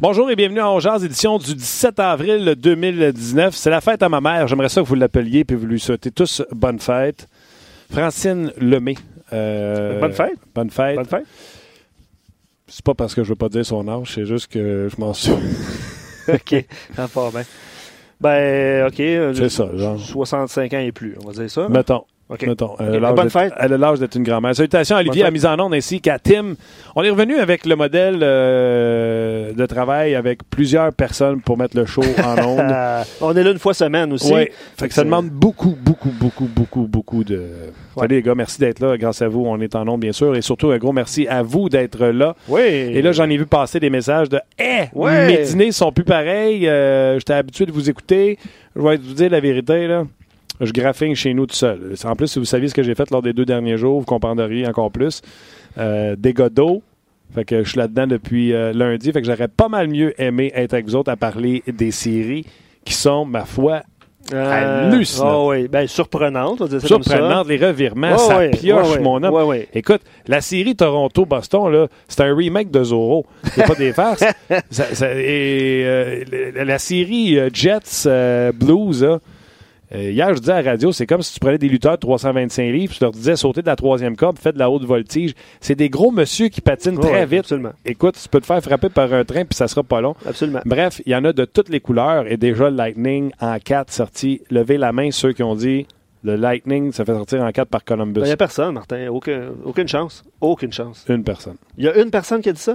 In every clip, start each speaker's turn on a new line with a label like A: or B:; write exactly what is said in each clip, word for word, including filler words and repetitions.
A: Bonjour et bienvenue à On Jase, édition du dix-sept avril deux mille dix-neuf. C'est la fête à ma mère. J'aimerais ça que vous l'appeliez et vous lui souhaitez tous bonne fête. Francine Lemay. Euh,
B: bonne fête.
A: Bonne fête.
B: Bonne fête.
A: C'est pas parce que je veux pas dire son âge, c'est juste que je m'en suis.
B: OK. Ah, pas bien. Ben, OK.
A: C'est ça, genre.
B: soixante-cinq ans et plus, on va dire ça.
A: Mettons.
B: Okay.
A: Mettons. Elle,
B: okay.
A: a
B: Bonne fête.
A: Elle a l'âge d'être une grand-mère. Salutations à Olivier, à mise en onde, ainsi qu'à Tim. On est revenu avec le modèle euh, de travail avec plusieurs personnes pour mettre le show en onde.
B: On est là une fois semaine aussi.
A: Oui. Fait que ça demande beaucoup, beaucoup, beaucoup, beaucoup, beaucoup de...
B: Ouais.
A: Salut les gars, merci d'être là. Grâce à vous, on est en onde, bien sûr. Et surtout, un gros merci à vous d'être là.
B: Oui.
A: Et là, j'en ai vu passer des messages de « Eh,
B: ouais.
A: mes dîners sont plus pareils. Euh, J'étais habitué de vous écouter. Je vais vous dire la vérité, là. Je graffine chez nous tout seul. En plus, si vous saviez ce que j'ai fait lors des deux derniers jours, vous comprendriez encore plus. Euh, dégâts d'eau. Fait que je suis là-dedans depuis euh, lundi. Fait que j'aurais pas mal mieux aimé être avec vous autres à parler des séries qui sont, ma foi,
B: euh,
A: hallucinantes.
B: Oh oui, bien surprenantes. On va dire ça
A: surprenantes, les revirements,
B: oh
A: ça
B: oui,
A: pioche,
B: oh oui,
A: mon homme.
B: oh oui.
A: Écoute, la série Toronto-Boston, là, c'est un remake de Zorro. C'est pas des farces. ça, ça, et euh, la, la série euh, Jets euh, Blues, là, Euh, hier, je disais à la radio, c'est comme si tu prenais des lutteurs de trois cent vingt-cinq livres, tu leur disais sauter de la troisième corde, fais de la haute voltige. C'est des gros monsieur qui patinent
B: oh,
A: très
B: oui,
A: vite.
B: Absolument.
A: Écoute, tu peux te faire frapper par un train puis ça sera pas long.
B: Absolument.
A: Bref, il y en a de toutes les couleurs et déjà le Lightning en quatre sorti. Levez la main ceux qui ont dit le Lightning, ça fait sortir en quatre par Columbus.
B: Il n'y a personne, Martin. Aucun, aucune chance. Aucune chance.
A: Une personne.
B: Il y a une personne qui a dit ça?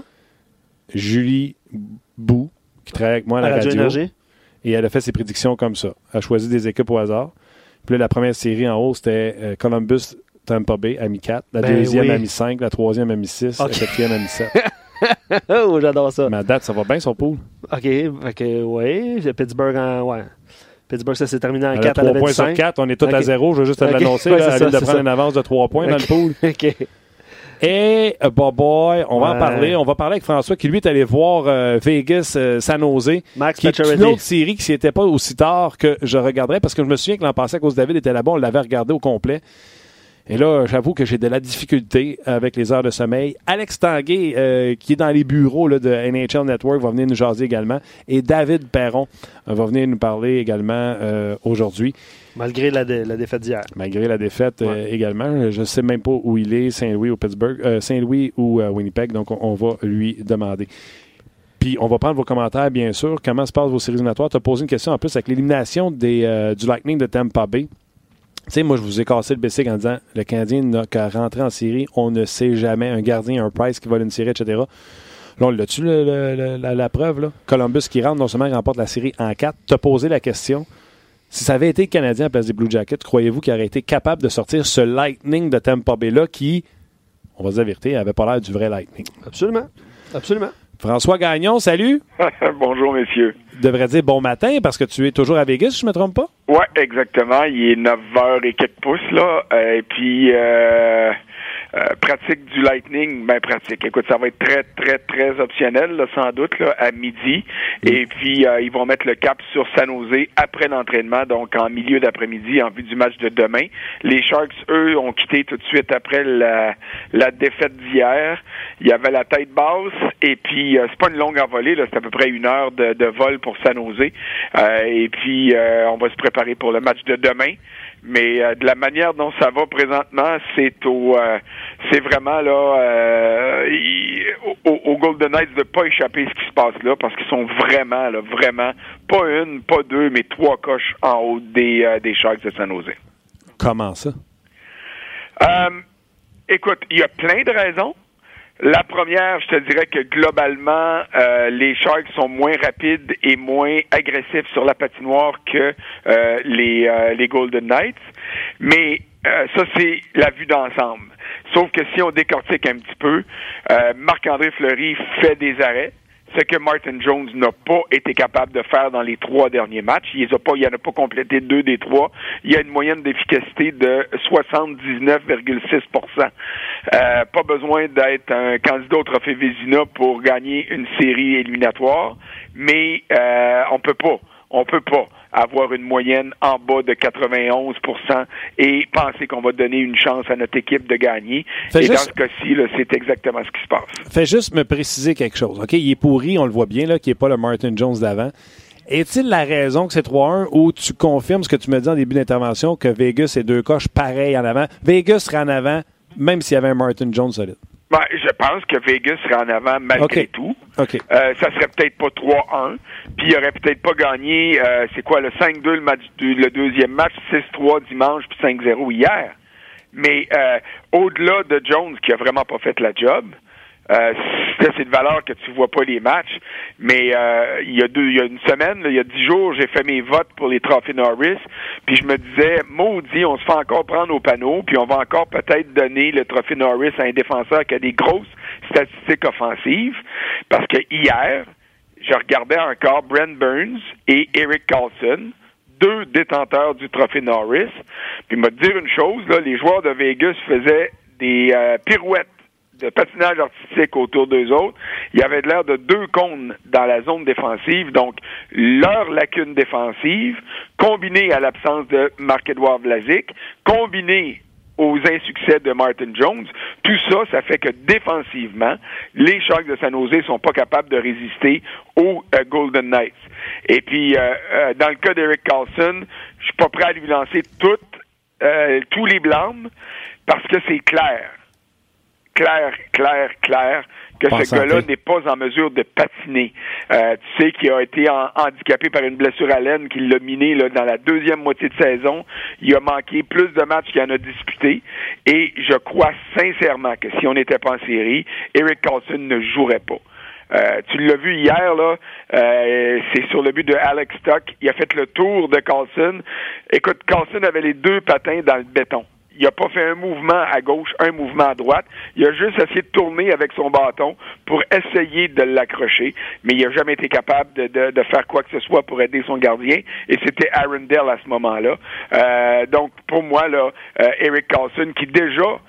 A: Julie Bou, qui travaille avec moi à la
B: à Radio
A: radio.
B: Énergie.
A: Et elle a fait ses prédictions comme ça. Elle a choisi des équipes au hasard. Puis là, la première série en haut, c'était euh, Columbus, Tampa Bay, à mi quatre. La
B: ben
A: deuxième
B: oui.
A: à mi cinq. La troisième à mi six.
B: Okay.
A: La quatrième à mi sept.
B: Oh, j'adore ça.
A: Mais à date, ça va bien, son pool.
B: OK. Fait que, oui. Pittsburgh en... Ouais. Pittsburgh, ça s'est terminé en
A: Elle
B: quatre
A: a
B: à la
A: trois points sur quatre. On est tous
B: okay.
A: à zéro. Je veux juste te
B: okay.
A: l'annoncer.
B: Ouais,
A: là, elle
B: ça,
A: vient de prendre
B: ça.
A: une avance de trois points
B: okay.
A: dans le pool.
B: OK.
A: Et, uh, boy, boy, on va
B: ouais.
A: en parler. On va parler avec François qui, lui, est allé voir euh, Vegas, euh, San Jose.
B: Max
A: qui est
B: Pacioretty.
A: une autre série qui n'était pas aussi tard que je regarderais parce que je me souviens que l'an passé, à cause de David était là-bas, on l'avait regardé au complet. Et là, j'avoue que j'ai de la difficulté avec les heures de sommeil. Alex Tanguay, euh, qui est dans les bureaux là, de N H L Network, va venir nous jaser également. Et David Perron euh, va venir nous parler également euh, aujourd'hui.
B: Malgré la, dé- la défaite d'hier.
A: Malgré la défaite
B: ouais.
A: euh, également. Je ne sais même pas où il est, Saint-Louis ou Pittsburgh, euh, Saint-Louis ou euh, Winnipeg. Donc, on, on va lui demander. Puis, on va prendre vos commentaires, bien sûr. Comment se passent vos séries éliminatoires? Tu as posé une question en plus avec l'élimination des, euh, du Lightning de Tampa Bay. Tu sais, moi, je vous ai cassé le bessic en disant le Canadien n'a qu'à rentrer en série. On ne sait jamais. Un gardien, un Price qui vole une série, et cetera. Là, on l'a-tu, le, le, le, la, la preuve? Là? Columbus qui rentre, non seulement remporte la série en quatre. Tu as posé la question. Si ça avait été le Canadien à la place des Blue Jackets, croyez-vous qu'il aurait été capable de sortir ce Lightning de Tampa Bay-là qui, on va dire la vérité, n'avait pas l'air du vrai Lightning?
B: Absolument. Absolument.
A: François Gagnon, salut.
C: Bonjour, messieurs.
A: Je devrais dire bon matin parce que tu es toujours à Vegas, si je ne me trompe pas?
C: Oui, exactement. Il est neuf heures et quelques pouces, là. Euh, et puis, euh, euh, pratique du Lightning, ben pratique. Écoute, ça va être très, très, très optionnel, là, sans doute, là, à midi. Mm. Et puis, euh, ils vont mettre le cap sur San Jose après l'entraînement, donc en milieu d'après-midi, en vue du match de demain. Les Sharks, eux, ont quitté tout de suite après la, la défaite d'hier. Il y avait la tête basse, et puis, euh, c'est pas une longue envolée, là, c'est à peu près une heure de, de vol pour San Jose. Euh, et puis, euh, on va se préparer pour le match de demain. Mais euh, de la manière dont ça va présentement, c'est au, euh, c'est vraiment là, euh, il, au, au Golden Knights de pas échapper ce qui se passe là, parce qu'ils sont vraiment, là, vraiment, pas une, pas deux, mais trois coches en haut des, euh, des Sharks de San Jose.
A: Comment ça?
C: Euh, écoute, il y a plein de raisons. La première, je te dirais que globalement, euh, les Sharks sont moins rapides et moins agressifs sur la patinoire que euh, les, euh, les Golden Knights. Mais euh, ça, c'est la vue d'ensemble. Sauf que si on décortique un petit peu, euh, Marc-André Fleury fait des arrêts. Ce que Martin Jones n'a pas été capable de faire dans les trois derniers matchs. Il n'en a, a pas complété deux des trois. Il y a une moyenne d'efficacité de soixante-dix-neuf virgule six pour cent. Euh, pas besoin d'être un candidat au trophée Vézina pour gagner une série éliminatoire, mais euh, on peut pas. On peut pas avoir une moyenne en bas de quatre-vingt-onze pour cent et penser qu'on va donner une chance à notre équipe de gagner. Fais et juste... dans ce cas-ci, là, c'est exactement ce qui se passe.
A: Fais juste me préciser quelque chose. OK, il est pourri, on le voit bien, là, qu'il n'est pas le Martin Jones d'avant. Est-il la raison que c'est trois un ou tu confirmes ce que tu me dis en début d'intervention que Vegas est deux coches pareil en avant? Vegas serait en avant même s'il y avait un Martin Jones solide.
C: Ben, je pense que Vegas serait en avant malgré
A: okay.
C: tout.
A: Okay.
C: Euh, ça serait peut-être pas trois un, puis il aurait peut-être pas gagné, euh, c'est quoi, le cinq deux le, match, le deuxième match, six trois dimanche, puis cinq zéro hier. Mais euh, au-delà de Jones, qui a vraiment pas fait la job, Euh, c'est de valeur que tu vois pas les matchs, mais euh, il y a deux, il y a une semaine, là, il y a dix jours, j'ai fait mes votes pour les Trophy Norris, puis je me disais, maudit, on se fait encore prendre au panneau, puis on va encore peut-être donner le Trophy Norris à un défenseur qui a des grosses statistiques offensives, parce que hier, je regardais encore Brent Burns et Erik Karlsson, deux détenteurs du Trophy Norris, puis me dire une chose, là, les joueurs de Vegas faisaient des euh, pirouettes de patinage artistique autour d'eux autres. Il y avait de l'air de deux cônes dans la zone défensive, donc leur lacune défensive, combinée à l'absence de Marc-Édouard Vlasic, combinée aux insuccès de Martin Jones, tout ça, ça fait que défensivement, les Sharks de San Jose sont pas capables de résister aux euh, Golden Knights. Et puis, euh, euh, dans le cas d'Erik Karlsson, je suis pas prêt à lui lancer toutes, euh, tous les blâmes, parce que c'est clair. clair, clair, clair que
A: Pas
C: ce gars-là n'est pas en mesure de patiner. Euh, tu sais qu'il a été en, handicapé par une blessure à l'aine qui l'a miné là, dans la deuxième moitié de saison. Il a manqué plus de matchs qu'il en a disputé. Et je crois sincèrement que si on n'était pas en série, Erik Karlsson ne jouerait pas. Euh, tu l'as vu hier, là, euh, c'est sur le but de Alex Stock. Il a fait le tour de Karlsson. Écoute, Karlsson avait les deux patins dans le béton. Il n'a pas fait un mouvement à gauche, un mouvement à droite. Il a juste essayé de tourner avec son bâton pour essayer de l'accrocher, mais il n'a jamais été capable de, de, de faire quoi que ce soit pour aider son gardien, et c'était Aaron Dell à ce moment-là. Euh, donc, pour moi, là, euh, Erik Karlsson, qui déjà,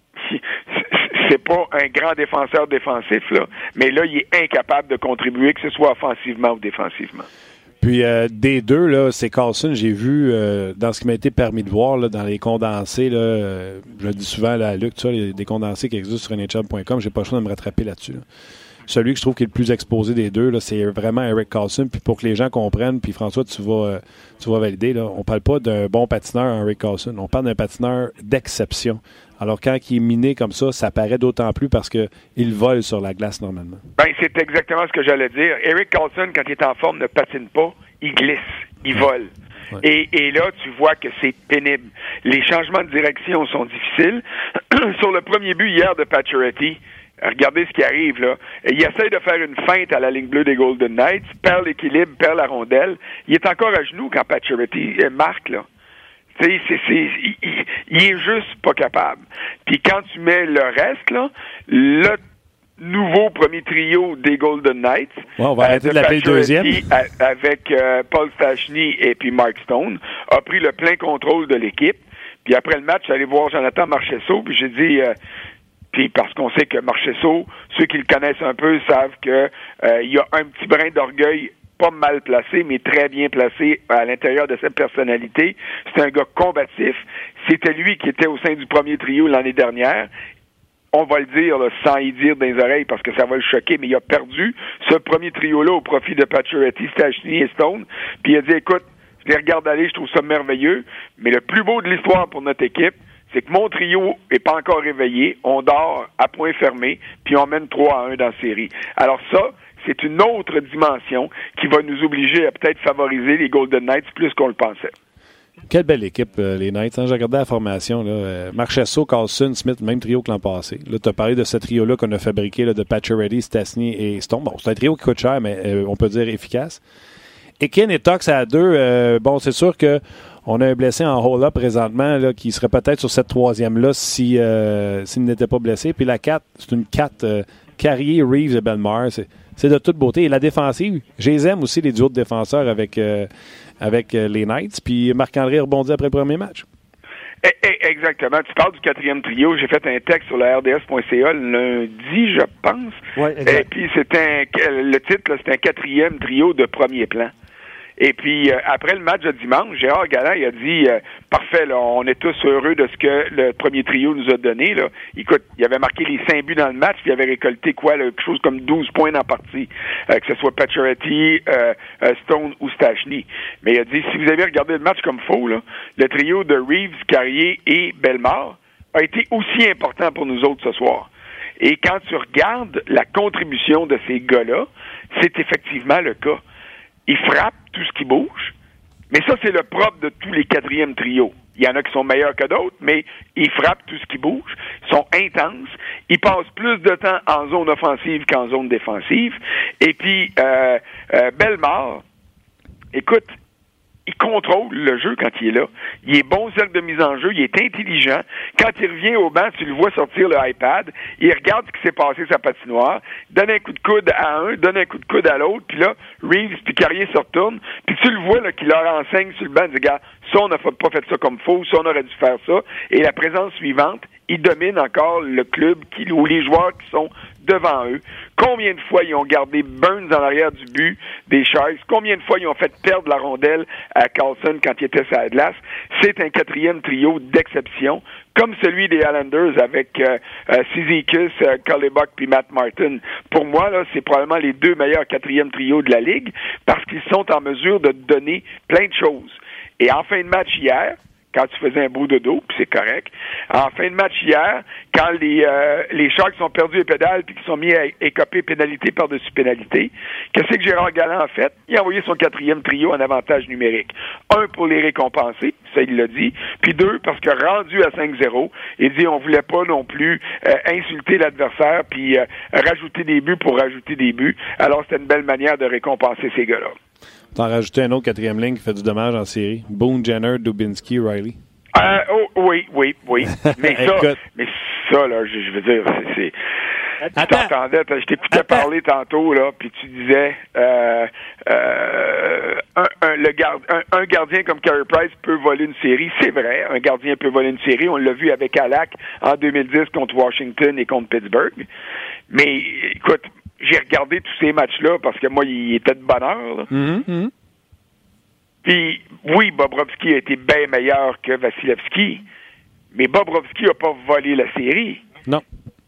C: c'est pas un grand défenseur défensif, là, mais là, il est incapable de contribuer, que ce soit offensivement ou défensivement.
A: Puis euh, des deux, là, c'est Karlsson, j'ai vu euh, dans ce qui m'a été permis de voir là, dans les condensés, là, euh, je le dis souvent là, à Luc, tu vois, les, des condensés qui existent sur N H L point com, j'ai pas le choix de me rattraper là-dessus. Là. Celui que je trouve qui est le plus exposé des deux, là, c'est vraiment Erik Karlsson. Puis pour que les gens comprennent, puis François, tu vas, euh, tu vas valider, là, on parle pas d'un bon patineur, Erik Karlsson, on parle d'un patineur d'exception. Alors, quand il est miné comme ça, ça paraît d'autant plus parce qu'il vole sur la glace normalement.
C: Ben, c'est exactement ce que j'allais dire. Erik Karlsson, quand il est en forme, ne patine pas, il glisse, il vole. Ouais. Et, et là, tu vois que c'est pénible. Les changements de direction sont difficiles. Sur le premier but hier de Pacioretty, regardez ce qui arrive là. Il essaie de faire une feinte à la ligne bleue des Golden Knights, perd l'équilibre, perd la rondelle. Il est encore à genoux quand Pacioretty marque, là. C'est, c'est, c'est, il, il est juste pas capable. Puis quand tu mets le reste, là, le nouveau premier trio des Golden Knights,
A: ouais, on va arrêter de l'appeler le deuxième,
C: avec euh, Paul Stastny et puis Mark Stone, a pris le plein contrôle de l'équipe. Puis après le match, j'allais voir Jonathan Marchessault, puis j'ai dit, euh, puis parce qu'on sait que Marchessault, ceux qui le connaissent un peu savent que euh, il y a un petit brin d'orgueil pas mal placé, mais très bien placé à l'intérieur de cette personnalité. C'est un gars combatif. C'était lui qui était au sein du premier trio l'année dernière. On va le dire là, sans y dire dans les oreilles parce que ça va le choquer, mais il a perdu ce premier trio-là au profit de Pacioretty, Stastny et Stone. Puis il a dit, écoute, je les regarde aller, je trouve ça merveilleux, mais le plus beau de l'histoire pour notre équipe, c'est que mon trio est pas encore réveillé, on dort à point fermé, puis on mène trois à un dans la série. Alors ça, c'est une autre dimension qui va nous obliger à peut-être favoriser les Golden Knights plus qu'on le pensait.
A: Quelle belle équipe, euh, les Knights. Hein? J'ai regardé la formation. Là. Euh, Marchessault, Karlsson, Smith, même trio que l'an passé. Là, tu as parlé de ce trio-là qu'on a fabriqué là, de Pacioretty, Stastny et Stone. Bon, c'est un trio qui coûte cher, mais euh, on peut dire efficace. Ekin et Tox à deux. Euh, bon, c'est sûr que on a un blessé en hold-up présentement là, qui serait peut-être sur cette troisième-là si, euh, s'il n'était pas blessé. Puis la quatre, c'est une quatre. Euh, Carrier, Reeves et Bellemare. C'est, c'est de toute beauté. Et la défensive, je les aime aussi, les duos de défenseurs avec, euh, avec euh, les Knights. Puis Marc-André rebondit après le premier match.
C: Eh, eh, exactement. Tu parles du quatrième trio. J'ai fait un texte sur la R D S point C A lundi, je pense.
B: Ouais, exact.
C: Et puis, c'était un, le titre, là, c'était un quatrième trio de premier plan. Et puis, euh, après le match de dimanche, Gérard Galland, il a dit, euh, parfait, là, on est tous heureux de ce que le premier trio nous a donné, là. Écoute, il avait marqué les cinq buts dans le match, puis il avait récolté quoi, là, quelque chose comme douze points dans la partie, euh, que ce soit Pacioretty, euh, euh, Stone ou Stachny. Mais il a dit, si vous avez regardé le match comme faux, là, le trio de Reeves, Carrier et Bellemare a été aussi important pour nous autres ce soir. Et quand tu regardes la contribution de ces gars-là, c'est effectivement le cas. Ils frappent tout ce qui bouge, mais ça, c'est le propre de tous les quatrièmes trios. Il y en a qui sont meilleurs que d'autres, mais ils frappent tout ce qui bouge, ils sont intenses, ils passent plus de temps en zone offensive qu'en zone défensive. Et puis, euh, euh, Bellemare, écoute, il contrôle le jeu quand il est là. Il est bon cercle de mise en jeu, il est intelligent. Quand il revient au banc, tu le vois sortir le iPad, il regarde ce qui s'est passé sur sa patinoire, donne un coup de coude à un, donne un coup de coude à l'autre, puis là, Reeves puis Carrier se retournent, puis tu le vois là, qu'il leur enseigne sur le banc, il dit, gars, ça, on n'a pas fait ça comme faux, ça, on aurait dû faire ça. Et la présence suivante, il domine encore le club qui, ou les joueurs qui sont devant eux. Combien de fois ils ont gardé Burns en arrière du but des Sharks? Combien de fois ils ont fait perdre la rondelle à Carlson quand il était sur la glace? C'est un quatrième trio d'exception, comme celui des Islanders avec euh, euh, Cizikas, euh, Kalibok puis Matt Martin. Pour moi, là, c'est probablement les deux meilleurs quatrièmes trios de la Ligue parce qu'ils sont en mesure de donner plein de choses. Et en fin de match hier, quand tu faisais un beau dodo, puis c'est correct. En fin de match hier, quand les euh, les Sharks ont perdu les pédales puis qu'ils sont mis à écoper pénalité par-dessus pénalité, qu'est-ce que Gérard Galland a fait? Il a envoyé son quatrième trio en avantage numérique. Un, pour les récompenser, ça il l'a dit, puis deux, parce que rendu à cinq zéro, il dit on voulait pas non plus euh, insulter l'adversaire puis euh, rajouter des buts pour rajouter des buts. Alors c'était une belle manière de récompenser ces gars-là.
A: T'en rajouté un autre quatrième ligne qui fait du dommage en série. Boone, Jenner, Dubinsky, Riley.
C: Euh, oh, oui, oui, oui. Mais ça, mais ça, là, je, je veux dire, c'est... c'est tu t'entendais, je t'écoutais Attends. parler tantôt, là, puis tu disais, euh, euh, un, un, le gard, un, un gardien comme Carey Price peut voler une série. C'est vrai, un gardien peut voler une série. On l'a vu avec Alak en deux mille dix contre Washington et contre Pittsburgh. Mais, écoute, j'ai regardé tous ces matchs-là parce que moi, il était de bonne heure.
A: Mm-hmm.
C: Puis, oui, Bobrovski a été bien meilleur que Vasilevski, mais Bobrovski n'a pas volé la série.
A: Non.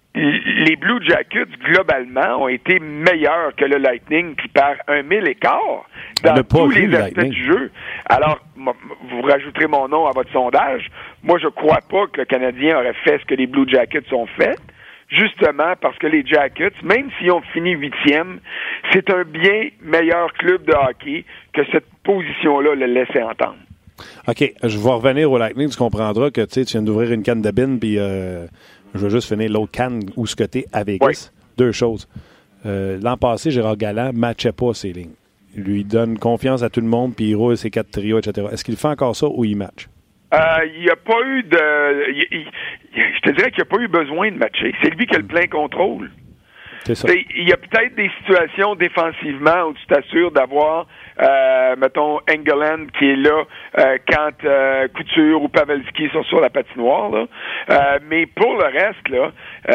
C: Les Blue Jackets, globalement, ont été meilleurs que le Lightning, qui perd un mille écart dans tous les aspects Lightning. du jeu. Alors, vous rajouterez mon nom à votre sondage. Moi, je crois pas que le Canadien aurait fait ce que les Blue Jackets ont fait. Justement parce que les Jackets, même s'ils ont fini huitième, c'est un bien meilleur club de hockey que cette position-là le laissait entendre.
A: OK, je vais revenir au Lightning. Tu comprendras que tu viens d'ouvrir une canne de bine, puis euh, je vais juste finir l'autre canne où ce que t'es à Vegas. Oui. Deux choses. Euh, l'an passé, Gérard Galland ne matchait pas ses lignes. Il lui donne confiance à tout le monde, puis il roule ses quatre trios, et cetera. Est-ce qu'il fait encore ça ou il match?
C: Euh, il n'y a pas eu de... Il, il, je te dirais qu'il n'y a pas eu besoin de matcher. C'est lui qui a le plein contrôle.
A: C'est ça.
C: Il y a peut-être des situations défensivement où tu t'assures d'avoir, euh, mettons, Engeland qui est là euh, quand euh, Couture ou Pavelski sont sur la patinoire. Là. Euh, mais pour le reste, là,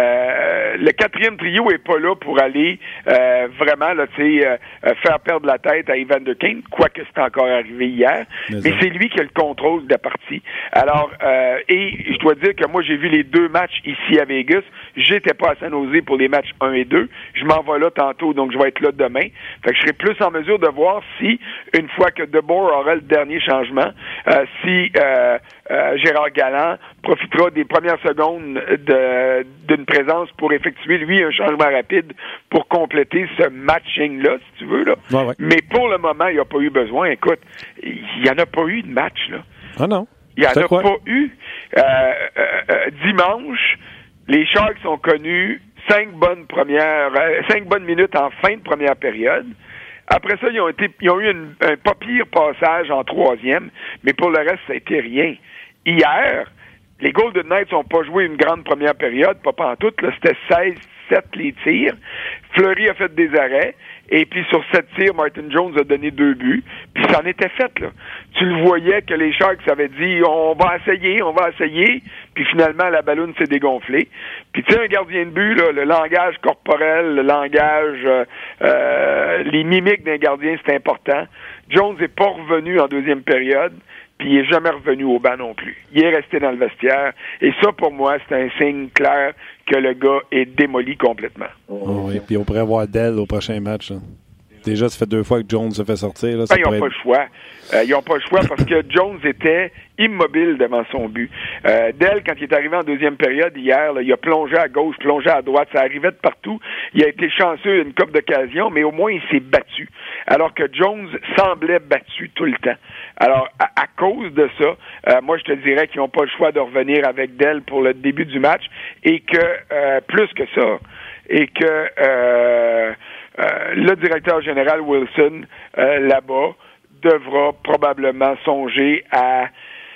C: euh, le quatrième trio est pas là pour aller euh, vraiment là, tu sais, euh, faire perdre la tête à Evander Kane, quoique c'est encore arrivé hier. Mais, mais c'est lui qui a le contrôle de la partie. Alors, euh, et je dois dire que moi, j'ai vu les deux matchs ici à Vegas. J'étais pas à San Jose pour les matchs un et deux. Je m'en vais là tantôt, donc je vais être là demain. Fait que je serai plus en mesure de voir si, une fois que DeBoer aura le dernier changement, euh, si euh, euh, Gérard Galland profitera des premières secondes de, d'une présence pour effectuer, lui, un changement rapide pour compléter ce matching-là, si tu veux. Là.
A: Ouais, ouais.
C: Mais pour le moment, il n'y a pas eu besoin. Écoute, il n'y en a pas eu de match. Là.
A: Ah non?
C: Il n'y en
A: C'est
C: a
A: quoi?
C: pas eu. Euh, euh, euh, dimanche, les Sharks ont connu cinq bonnes premières, euh, cinq bonnes minutes en fin de première période. Après ça, ils ont été, ils ont eu une, un pas pire passage en troisième, mais pour le reste, ça a été rien. Hier, les Golden Knights n'ont pas joué une grande première période, pas pantoute, là, c'était seize sept les tirs. Fleury a fait des arrêts. Et puis sur sept tirs, Martin Jones a donné deux buts. Puis ça en était fait, là. Tu le voyais que les Sharks avaient dit « On va essayer, on va essayer ». Puis finalement, la balloune s'est dégonflée. Puis tu sais, un gardien de but, là, le langage corporel, le langage, euh, euh, les mimiques d'un gardien, c'est important. Jones n'est pas revenu en deuxième période. Puis il n'est jamais revenu au banc non plus. Il est resté dans le vestiaire. Et ça, pour moi, c'est un signe clair que le gars est démoli complètement.
A: Oh, oui, puis on pourrait voir Dell au prochain match. Là. Déjà, ça fait deux fois que Jones se fait sortir. Là,
C: ben, ils n'ont
A: pourrait...
C: pas le choix. Euh, ils n'ont pas le choix parce que Jones était immobile devant son but. Euh, Dell, quand il est arrivé en deuxième période hier, là, il a plongé à gauche, plongé à droite, ça arrivait de partout. Il a été chanceux une couple d'occasions, mais au moins il s'est battu. Alors que Jones semblait battu tout le temps. Alors, à, à cause de ça, euh, moi je te dirais qu'ils n'ont pas le choix de revenir avec Dell pour le début du match et que, euh, plus que ça, et que euh, euh, le directeur général Wilson, euh, là-bas, devra probablement songer à,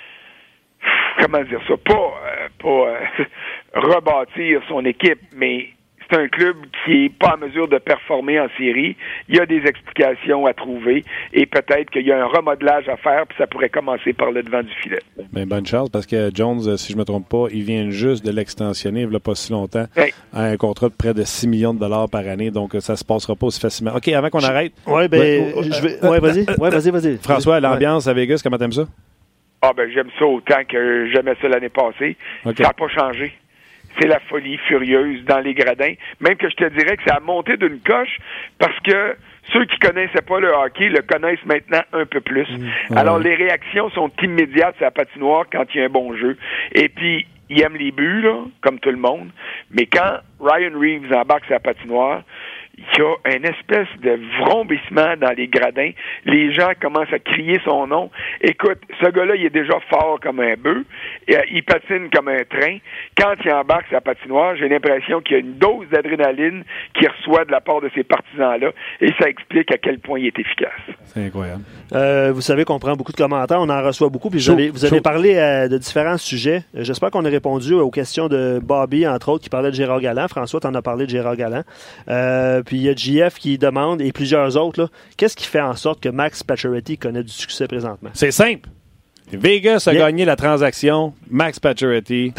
C: comment dire ça, pas, euh, pas euh, rebâtir son équipe, mais c'est un club qui est pas en mesure de performer en série. Il y a des explications à trouver et peut-être qu'il y a un remodelage à faire puis ça pourrait commencer par le devant du filet.
A: Bien, bonne chance parce que Jones, si je me trompe pas, il vient juste de l'extensionner il n'y a pas si longtemps
C: hey.
A: à un contrat de près de six millions de dollars par année, donc ça se passera pas aussi facilement. OK, avant qu'on je... arrête.
B: Oui, ben, ouais, je vais... ouais, vas-y, ouais, vas-y, vas-y.
A: François, l'ambiance ouais. à Vegas, comment t'aimes ça?
C: Ah ben j'aime ça autant que j'aimais ça l'année passée. Okay. Ça n'a pas changé. C'est la folie furieuse dans les gradins. Même que je te dirais que ça a monté d'une coche parce que ceux qui connaissaient pas le hockey le connaissent maintenant un peu plus. Mmh. Alors, ouais. les réactions sont immédiates sur la patinoire quand il y a un bon jeu. Et puis, ils aiment les buts, là, comme tout le monde. Mais quand Ryan Reeves embarque sur la patinoire, il y a une espèce de vrombissement dans les gradins. Les gens commencent à crier son nom. Écoute, ce gars-là, il est déjà fort comme un bœuf. Il patine comme un train. Quand il embarque sa patinoire, j'ai l'impression qu'il y a une dose d'adrénaline qu'il reçoit de la part de ces partisans-là. Et ça explique à quel point il est efficace.
A: C'est incroyable.
B: Euh, vous savez qu'on prend beaucoup de commentaires. On en reçoit beaucoup. Puis vous avez, vous avez parlé euh, de différents sujets. J'espère qu'on a répondu aux questions de Bobby, entre autres, qui parlait de Gérard Galland. François, tu en as parlé de Gérard Galland. Euh, Puis il y a J F qui demande, et plusieurs autres, là, qu'est-ce qui fait en sorte que Max Pacioretty connaît du succès présentement?
A: C'est simple. Vegas a yeah. gagné la transaction. Max Pacioretty.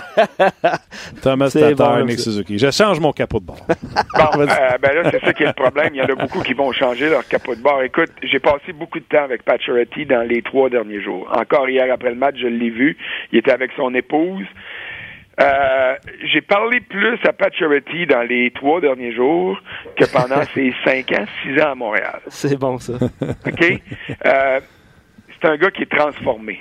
A: Thomas Tatar, Nick Suzuki. Je change mon capot de bord.
C: Bon, euh, ben là, c'est ça qui est le problème. Il y en a beaucoup qui vont changer leur capot de bord. Écoute, j'ai passé beaucoup de temps avec Pacioretty dans les trois derniers jours. Encore hier après le match, je l'ai vu. Il était avec son épouse. Euh, j'ai parlé plus à Pacioretty dans les trois derniers jours que pendant ses cinq ans, six ans à Montréal.
B: C'est bon, ça.
C: OK? Euh, c'est un gars qui est transformé.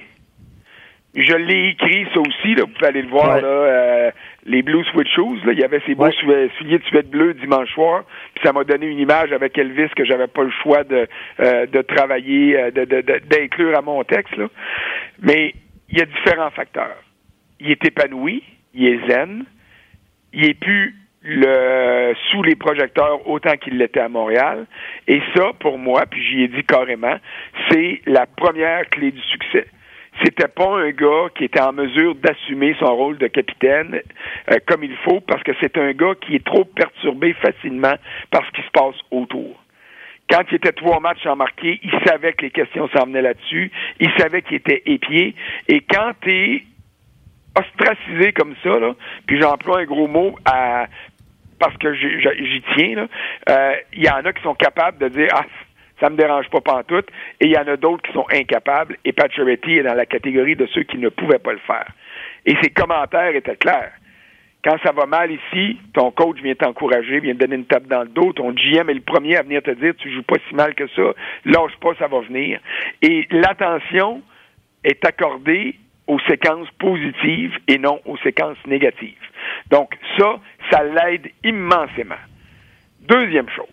C: Je l'ai écrit, ça aussi, là, vous pouvez aller le voir, ouais. là, euh, les Blue Sweat Shoes, là, il y avait ces beaux ouais. souliers de suède bleu dimanche soir, puis ça m'a donné une image avec Elvis que j'avais pas le choix de, euh, de travailler, de, de, de, d'inclure à mon texte, là. Mais il y a différents facteurs. Il est épanoui, il est zen, il est plus le sous les projecteurs autant qu'il l'était à Montréal. Et ça, pour moi, puis j'y ai dit carrément, c'est la première clé du succès. C'était pas un gars qui était en mesure d'assumer son rôle de capitaine euh, comme il faut, parce que c'est un gars qui est trop perturbé facilement par ce qui se passe autour. Quand il était trois matchs sans marquer, il savait que les questions s'en venaient là-dessus, il savait qu'il était épié, et quand t'es ostracisé comme ça, là, puis j'emploie un gros mot à parce que j'y, j'y tiens, là, euh, il y en a qui sont capables de dire « Ah, ça me dérange pas pantoute », et il y en a d'autres qui sont incapables, et Pacioretty est dans la catégorie de ceux qui ne pouvaient pas le faire. Et ses commentaires étaient clairs. Quand ça va mal ici, ton coach vient t'encourager, vient te donner une tape dans le dos, ton G M est le premier à venir te dire « Tu joues pas si mal que ça, lâche pas, ça va venir ». Et l'attention est accordée aux séquences positives et non aux séquences négatives. Donc ça, ça l'aide immensément. Deuxième chose,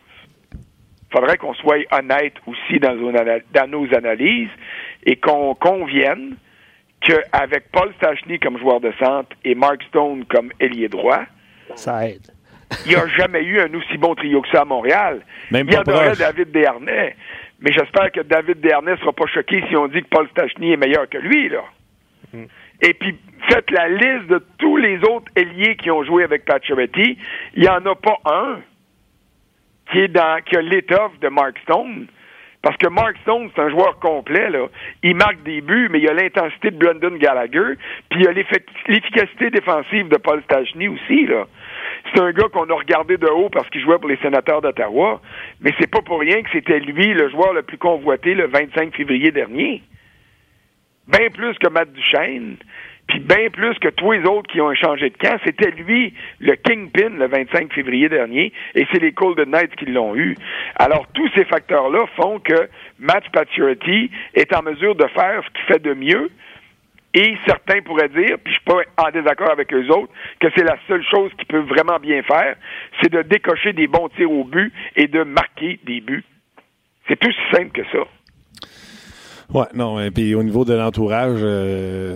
C: il faudrait qu'on soit honnête aussi dans nos, dans nos analyses et qu'on convienne qu'avec Paul Stachny comme joueur de centre et Mark Stone comme ailier droit,
B: ça aide.
C: Il n'y a jamais eu un aussi bon trio que ça à Montréal.
A: Même
C: il y adorait David Desharnais, mais j'espère que David Desharnais ne sera pas choqué si on dit que Paul Stachny est meilleur que lui, là. Mm. Et puis, faites la liste de tous les autres ailiers qui ont joué avec Pacioretty. Il n'y en a pas un qui est dans qui a l'étoffe de Mark Stone. Parce que Mark Stone, c'est un joueur complet, là. Il marque des buts, mais il a l'intensité de Brendan Gallagher, puis il a l'efficacité défensive de Paul Stachny aussi, là. C'est un gars qu'on a regardé de haut parce qu'il jouait pour les Sénateurs d'Ottawa, mais c'est pas pour rien que c'était lui, le joueur le plus convoité le vingt-cinq février dernier. Bien plus que Matt Duchesne, puis bien plus que tous les autres qui ont changé de camp. C'était lui, le kingpin, le vingt-cinq février dernier, et c'est les Golden Knights qui l'ont eu. Alors, tous ces facteurs-là font que Matt Pacioretty est en mesure de faire ce qu'il fait de mieux, et certains pourraient dire, puis je suis pas en désaccord avec eux autres, que c'est la seule chose qu'il peut vraiment bien faire, c'est de décocher des bons tirs au but et de marquer des buts. C'est aussi simple que ça.
A: Ouais, non, et puis au niveau de l'entourage, euh,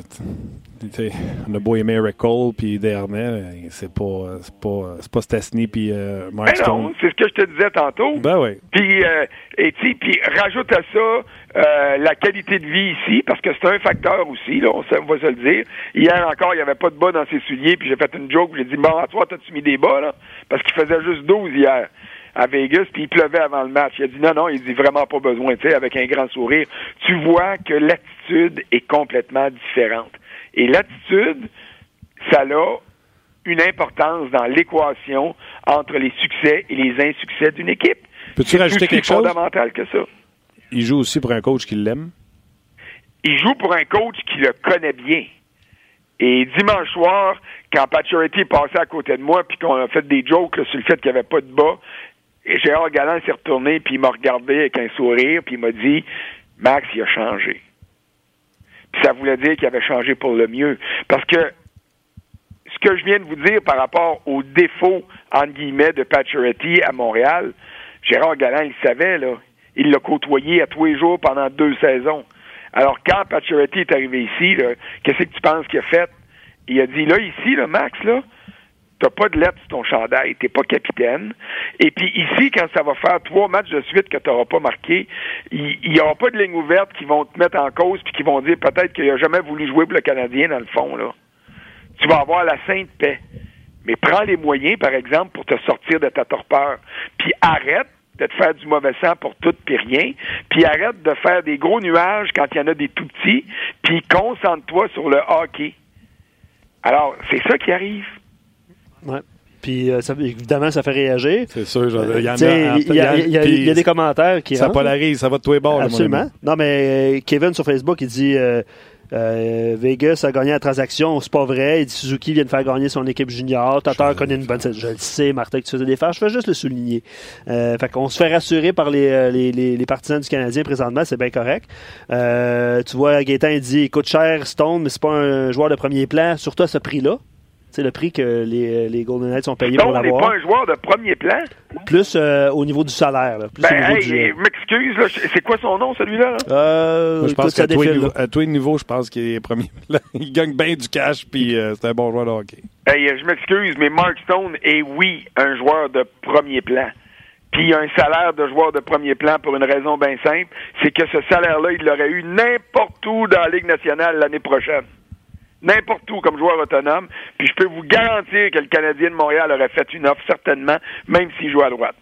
A: on a beau aimer Eric Cole puis Dernay, c'est pas c'est pas c'est pas Stastny puis euh, Mark
C: ben
A: Stone.
C: Non, c'est ce que je te disais tantôt.
A: Ben oui.
C: Puis euh, et tu puis rajoute à ça euh, la qualité de vie ici, parce que c'est un facteur aussi, là, on, on va se le dire. Hier encore, il y avait pas de bas dans ses souliers, puis j'ai fait une joke, j'ai dit bon, à toi, t'as-tu mis des bas là, parce qu'il faisait juste douze hier à Vegas, puis il pleuvait avant le match. Il a dit non, non, il dit vraiment pas besoin, tu sais, avec un grand sourire. Tu vois que l'attitude est complètement différente. Et l'attitude, ça a une importance dans l'équation entre les succès et les insuccès d'une équipe.
A: Peux-tu rajouter quelque chose?
C: C'est fondamental que ça.
A: Il joue aussi pour un coach qui l'aime?
C: Il joue pour un coach qui le connaît bien. Et dimanche soir, quand Pacioretty est passé à côté de moi puis qu'on a fait des jokes là, sur le fait qu'il n'y avait pas de bas, et Gérard Galland s'est retourné, puis il m'a regardé avec un sourire, puis il m'a dit « Max, il a changé. » Puis ça voulait dire qu'il avait changé pour le mieux. Parce que ce que je viens de vous dire par rapport aux défauts, entre guillemets, de Pacioretty à Montréal, Gérard Galland, il le savait, là. Il l'a côtoyé à tous les jours pendant deux saisons. Alors, quand Pacioretty est arrivé ici, là, qu'est-ce que tu penses qu'il a fait? Il a dit, là, ici, là, Max, là, t'as pas de lettre sur ton chandail, t'es pas capitaine. Et puis ici, quand ça va faire trois matchs de suite que t'auras pas marqué, il y, y aura pas de ligne ouverte qui vont te mettre en cause puis qui vont dire peut-être qu'il a jamais voulu jouer pour le Canadien dans le fond, là. Tu vas avoir la sainte paix. Mais prends les moyens, par exemple, pour te sortir de ta torpeur. Puis arrête de te faire du mauvais sang pour tout puis rien. Puis arrête de faire des gros nuages quand il y en a des tout petits. Puis concentre-toi sur le hockey. Alors, c'est ça qui arrive.
B: Ouais. Puis, euh, ça, évidemment, ça fait réagir.
A: C'est sûr. Il y,
B: y, y, y, y a des commentaires qui
A: ça polarise, ça va de tous les bords.
B: Absolument. Là, non, mais Kevin sur Facebook, il dit euh, euh, Vegas a gagné la transaction. C'est pas vrai. Il dit Suzuki vient de faire gagner son équipe junior. Tatar connaît une bonne... Je le sais, Martin, que tu faisais des farces. Je fais juste le souligner. Euh, fait qu'on se fait rassurer par les, les, les, les partisans du Canadien présentement. C'est bien correct. Euh, tu vois, Gaétan, il dit il coûte cher, Stone, mais c'est pas un joueur de premier plan, surtout à ce prix-là. C'est le prix que les, les Golden Knights ont payé
C: Stone
B: pour l'avoir.
C: n'est pas un joueur de premier plan.
B: Plus euh, au niveau du salaire. Là. Plus
C: ben,
B: au niveau
C: hey,
B: du...
C: m'excuse, là, c'est quoi son nom, celui-là? Là?
B: Euh,
A: Moi, je pense qu'à tous les niveaux, à tous les niveaux, je pense qu'il est premier plan. Il gagne bien du cash, puis euh, c'est un bon joueur de hockey.
C: Hey, je m'excuse, mais Mark Stone est, oui, un joueur de premier plan. Puis il a un salaire de joueur de premier plan pour une raison bien simple, c'est que ce salaire-là, il l'aurait eu n'importe où dans la Ligue nationale l'année prochaine. N'importe où comme joueur autonome. Puis je peux vous garantir que le Canadien de Montréal aurait fait une offre, certainement, même s'il jouait à droite.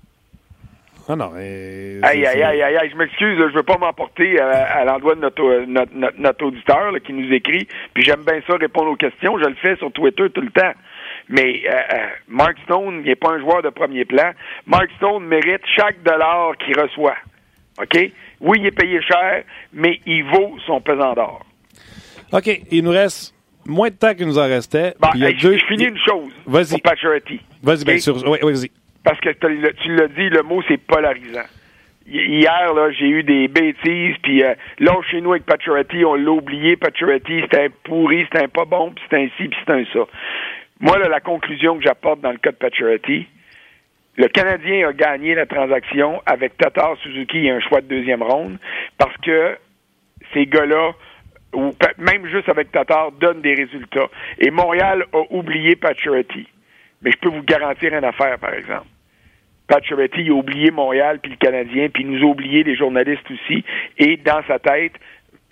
A: Ah non. Et
C: aïe, aïe, aïe, aïe, aïe, je m'excuse, là, je veux pas m'emporter à, à l'endroit de notre, notre, notre, notre auditeur là, qui nous écrit. Puis j'aime bien ça, répondre aux questions. Je le fais sur Twitter tout le temps. Mais euh, euh, Mark Stone, il n'est pas un joueur de premier plan. Mark Stone mérite chaque dollar qu'il reçoit. OK? Oui, il est payé cher, mais il vaut son pesant d'or.
A: OK, il nous reste moins de temps qu'il nous en restait.
C: Bon,
A: il y a
C: hey,
A: deux...
C: je finis une chose
A: vas-y.
C: pour Pacioretty.
A: Vas-y,
C: okay?
A: bien sûr. Oui, vas-y.
C: Parce que tu l'as dit, le mot, c'est polarisant. Hier, là, j'ai eu des bêtises, puis euh, là, chez nous, avec Pacioretty, on l'a oublié. Pacioretty, c'était un pourri, c'était un pas bon, puis c'était un ci, puis c'était un ça. Moi, là, la conclusion que j'apporte dans le cas de Pacioretty, le Canadien a gagné la transaction avec Tatar, Suzuki et un choix de deuxième ronde, parce que ces gars-là, ou même juste avec Tatar, donnent des résultats. Et Montréal a oublié Pacioretty. Mais je peux vous garantir une affaire, par exemple. Pacioretty a oublié Montréal puis le Canadien, puis il nous a oublié les journalistes aussi. Et dans sa tête,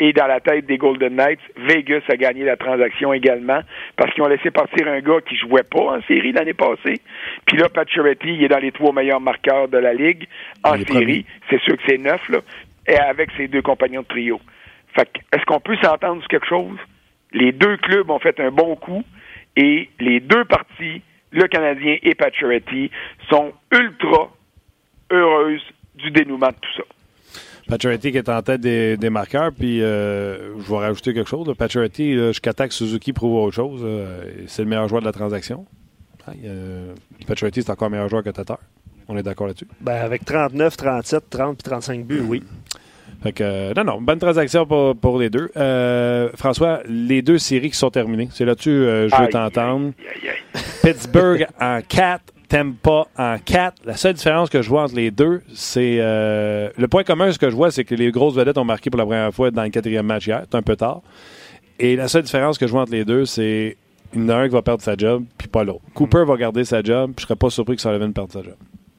C: Et dans la tête des Golden Knights, Vegas a gagné la transaction également parce qu'ils ont laissé partir un gars qui jouait pas en série l'année passée. Puis là, Pacioretty, il est dans les trois meilleurs marqueurs de la Ligue en série. Premier. C'est sûr que c'est neuf, là, et avec ses deux compagnons de trio. Fait que, est-ce qu'on peut s'entendre sur quelque chose? Les deux clubs ont fait un bon coup et les deux parties, le Canadien et Pacioretty, sont ultra heureuses du dénouement de tout ça.
A: Pacioretty qui est en tête des, des marqueurs, puis euh, je vais rajouter quelque chose. Là. Pacioretty, là, jusqu'à temps que Suzuki prouve autre chose, euh, c'est le meilleur joueur de la transaction. Euh, Pacioretty, c'est encore meilleur joueur que Tatar. On est d'accord là-dessus?
B: Ben, avec trente-neuf, trente-sept, trente puis trente-cinq buts, oui.
A: Fait que, euh, non, non, bonne transaction pour, pour les deux. Euh, François, les deux séries qui sont terminées, c'est là-dessus euh, je veux t'entendre. Aïe, aïe, aïe. Pittsburgh en quatre. Tampa en quatre. La seule différence que je vois entre les deux, c'est... Euh, le point commun, ce que je vois, c'est que les grosses vedettes ont marqué pour la première fois dans le quatrième match hier. C'est un peu tard. Et la seule différence que je vois entre les deux, c'est il y en a un qui va perdre sa job, puis pas l'autre. Cooper va garder sa job, puis je serais pas surpris que Sullivan perde sa job.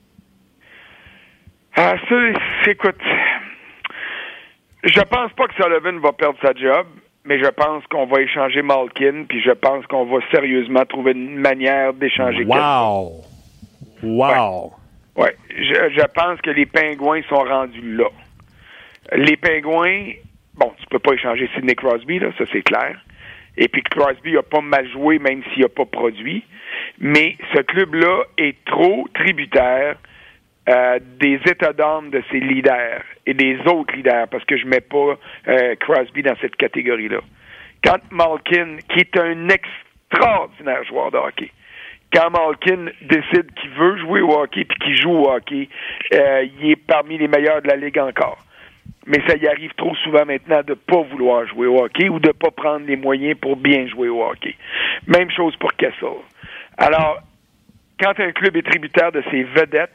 C: Ah, ça, écoute... Je pense pas que Sullivan va perdre sa job, mais je pense qu'on va échanger Malkin, puis je pense qu'on va sérieusement trouver une manière d'échanger
A: Wow! Quelqu'un. Wow!
C: Oui, ouais. je, je pense que les Pingouins sont rendus là. Les Pingouins, bon, tu peux pas échanger Sidney Crosby, là, ça c'est clair. Et puis Crosby a pas mal joué, même s'il a pas produit. Mais ce club-là est trop tributaire euh, des états d'âme de ses leaders et des autres leaders, parce que je mets pas euh, Crosby dans cette catégorie-là. Quand Malkin, qui est un extraordinaire joueur de hockey, quand Malkin décide qu'il veut jouer au hockey puis qu'il joue au hockey, euh, il est parmi les meilleurs de la Ligue encore. Mais ça y arrive trop souvent maintenant de ne pas vouloir jouer au hockey ou de ne pas prendre les moyens pour bien jouer au hockey. Même chose pour Kessel. Alors, quand un club est tributaire de ses vedettes,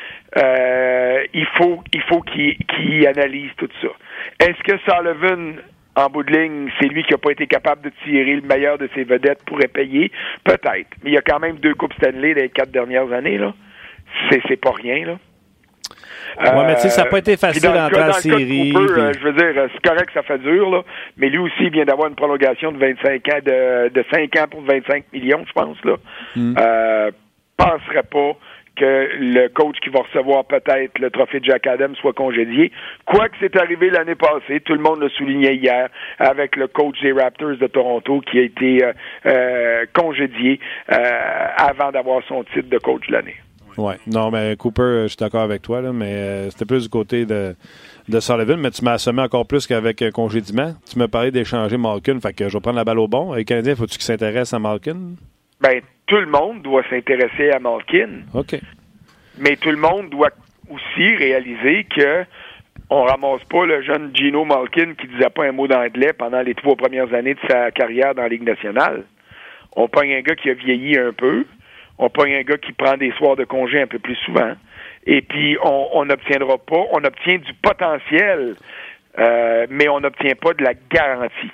C: euh, il faut il faut qu'il, qu'il analyse tout ça. Est-ce que Sullivan, en bout de ligne, c'est lui qui n'a pas été capable de tirer le meilleur de ses vedettes, pourrait payer? Peut-être. Mais il y a quand même deux Coupes Stanley dans les quatre dernières années, là. C'est, c'est pas rien, là.
A: Oui, euh, mais tu sais, ça n'a pas été facile d'entrer en série.
C: Cooper,
A: puis...
C: euh, je veux dire, c'est correct que ça fait dur, là, mais lui aussi, il vient d'avoir une prolongation de vingt-cinq ans, de, de cinq ans pour vingt-cinq millions, je pense, là. Mm. Euh, penserais pas que le coach qui va recevoir peut-être le trophée de Jack Adams soit congédié. Quoi que c'est arrivé l'année passée, tout le monde le soulignait hier, avec le coach des Raptors de Toronto qui a été euh, euh, congédié euh, avant d'avoir son titre de coach de l'année.
A: Oui, non, mais Cooper, je suis d'accord avec toi, là, mais euh, c'était plus du côté de, de Sullivan, mais tu m'as assommé encore plus qu'avec un congédiement. Tu m'as parlé d'échanger Malkin, fait que je vais prendre la balle au bon. Les Canadiens, faut-tu qu'ils s'intéressent à Malkin?
C: Ben, tout le monde doit s'intéresser à Malkin.
A: OK.
C: Mais tout le monde doit aussi réaliser que on ramasse pas le jeune Gino Malkin qui disait pas un mot d'anglais pendant les trois premières années de sa carrière dans la Ligue nationale. On pogne un gars qui a vieilli un peu. On pogne un gars qui prend des soirs de congé un peu plus souvent. Et puis, on n'obtiendra pas, on obtient du potentiel, euh, mais on n'obtient pas de la garantie.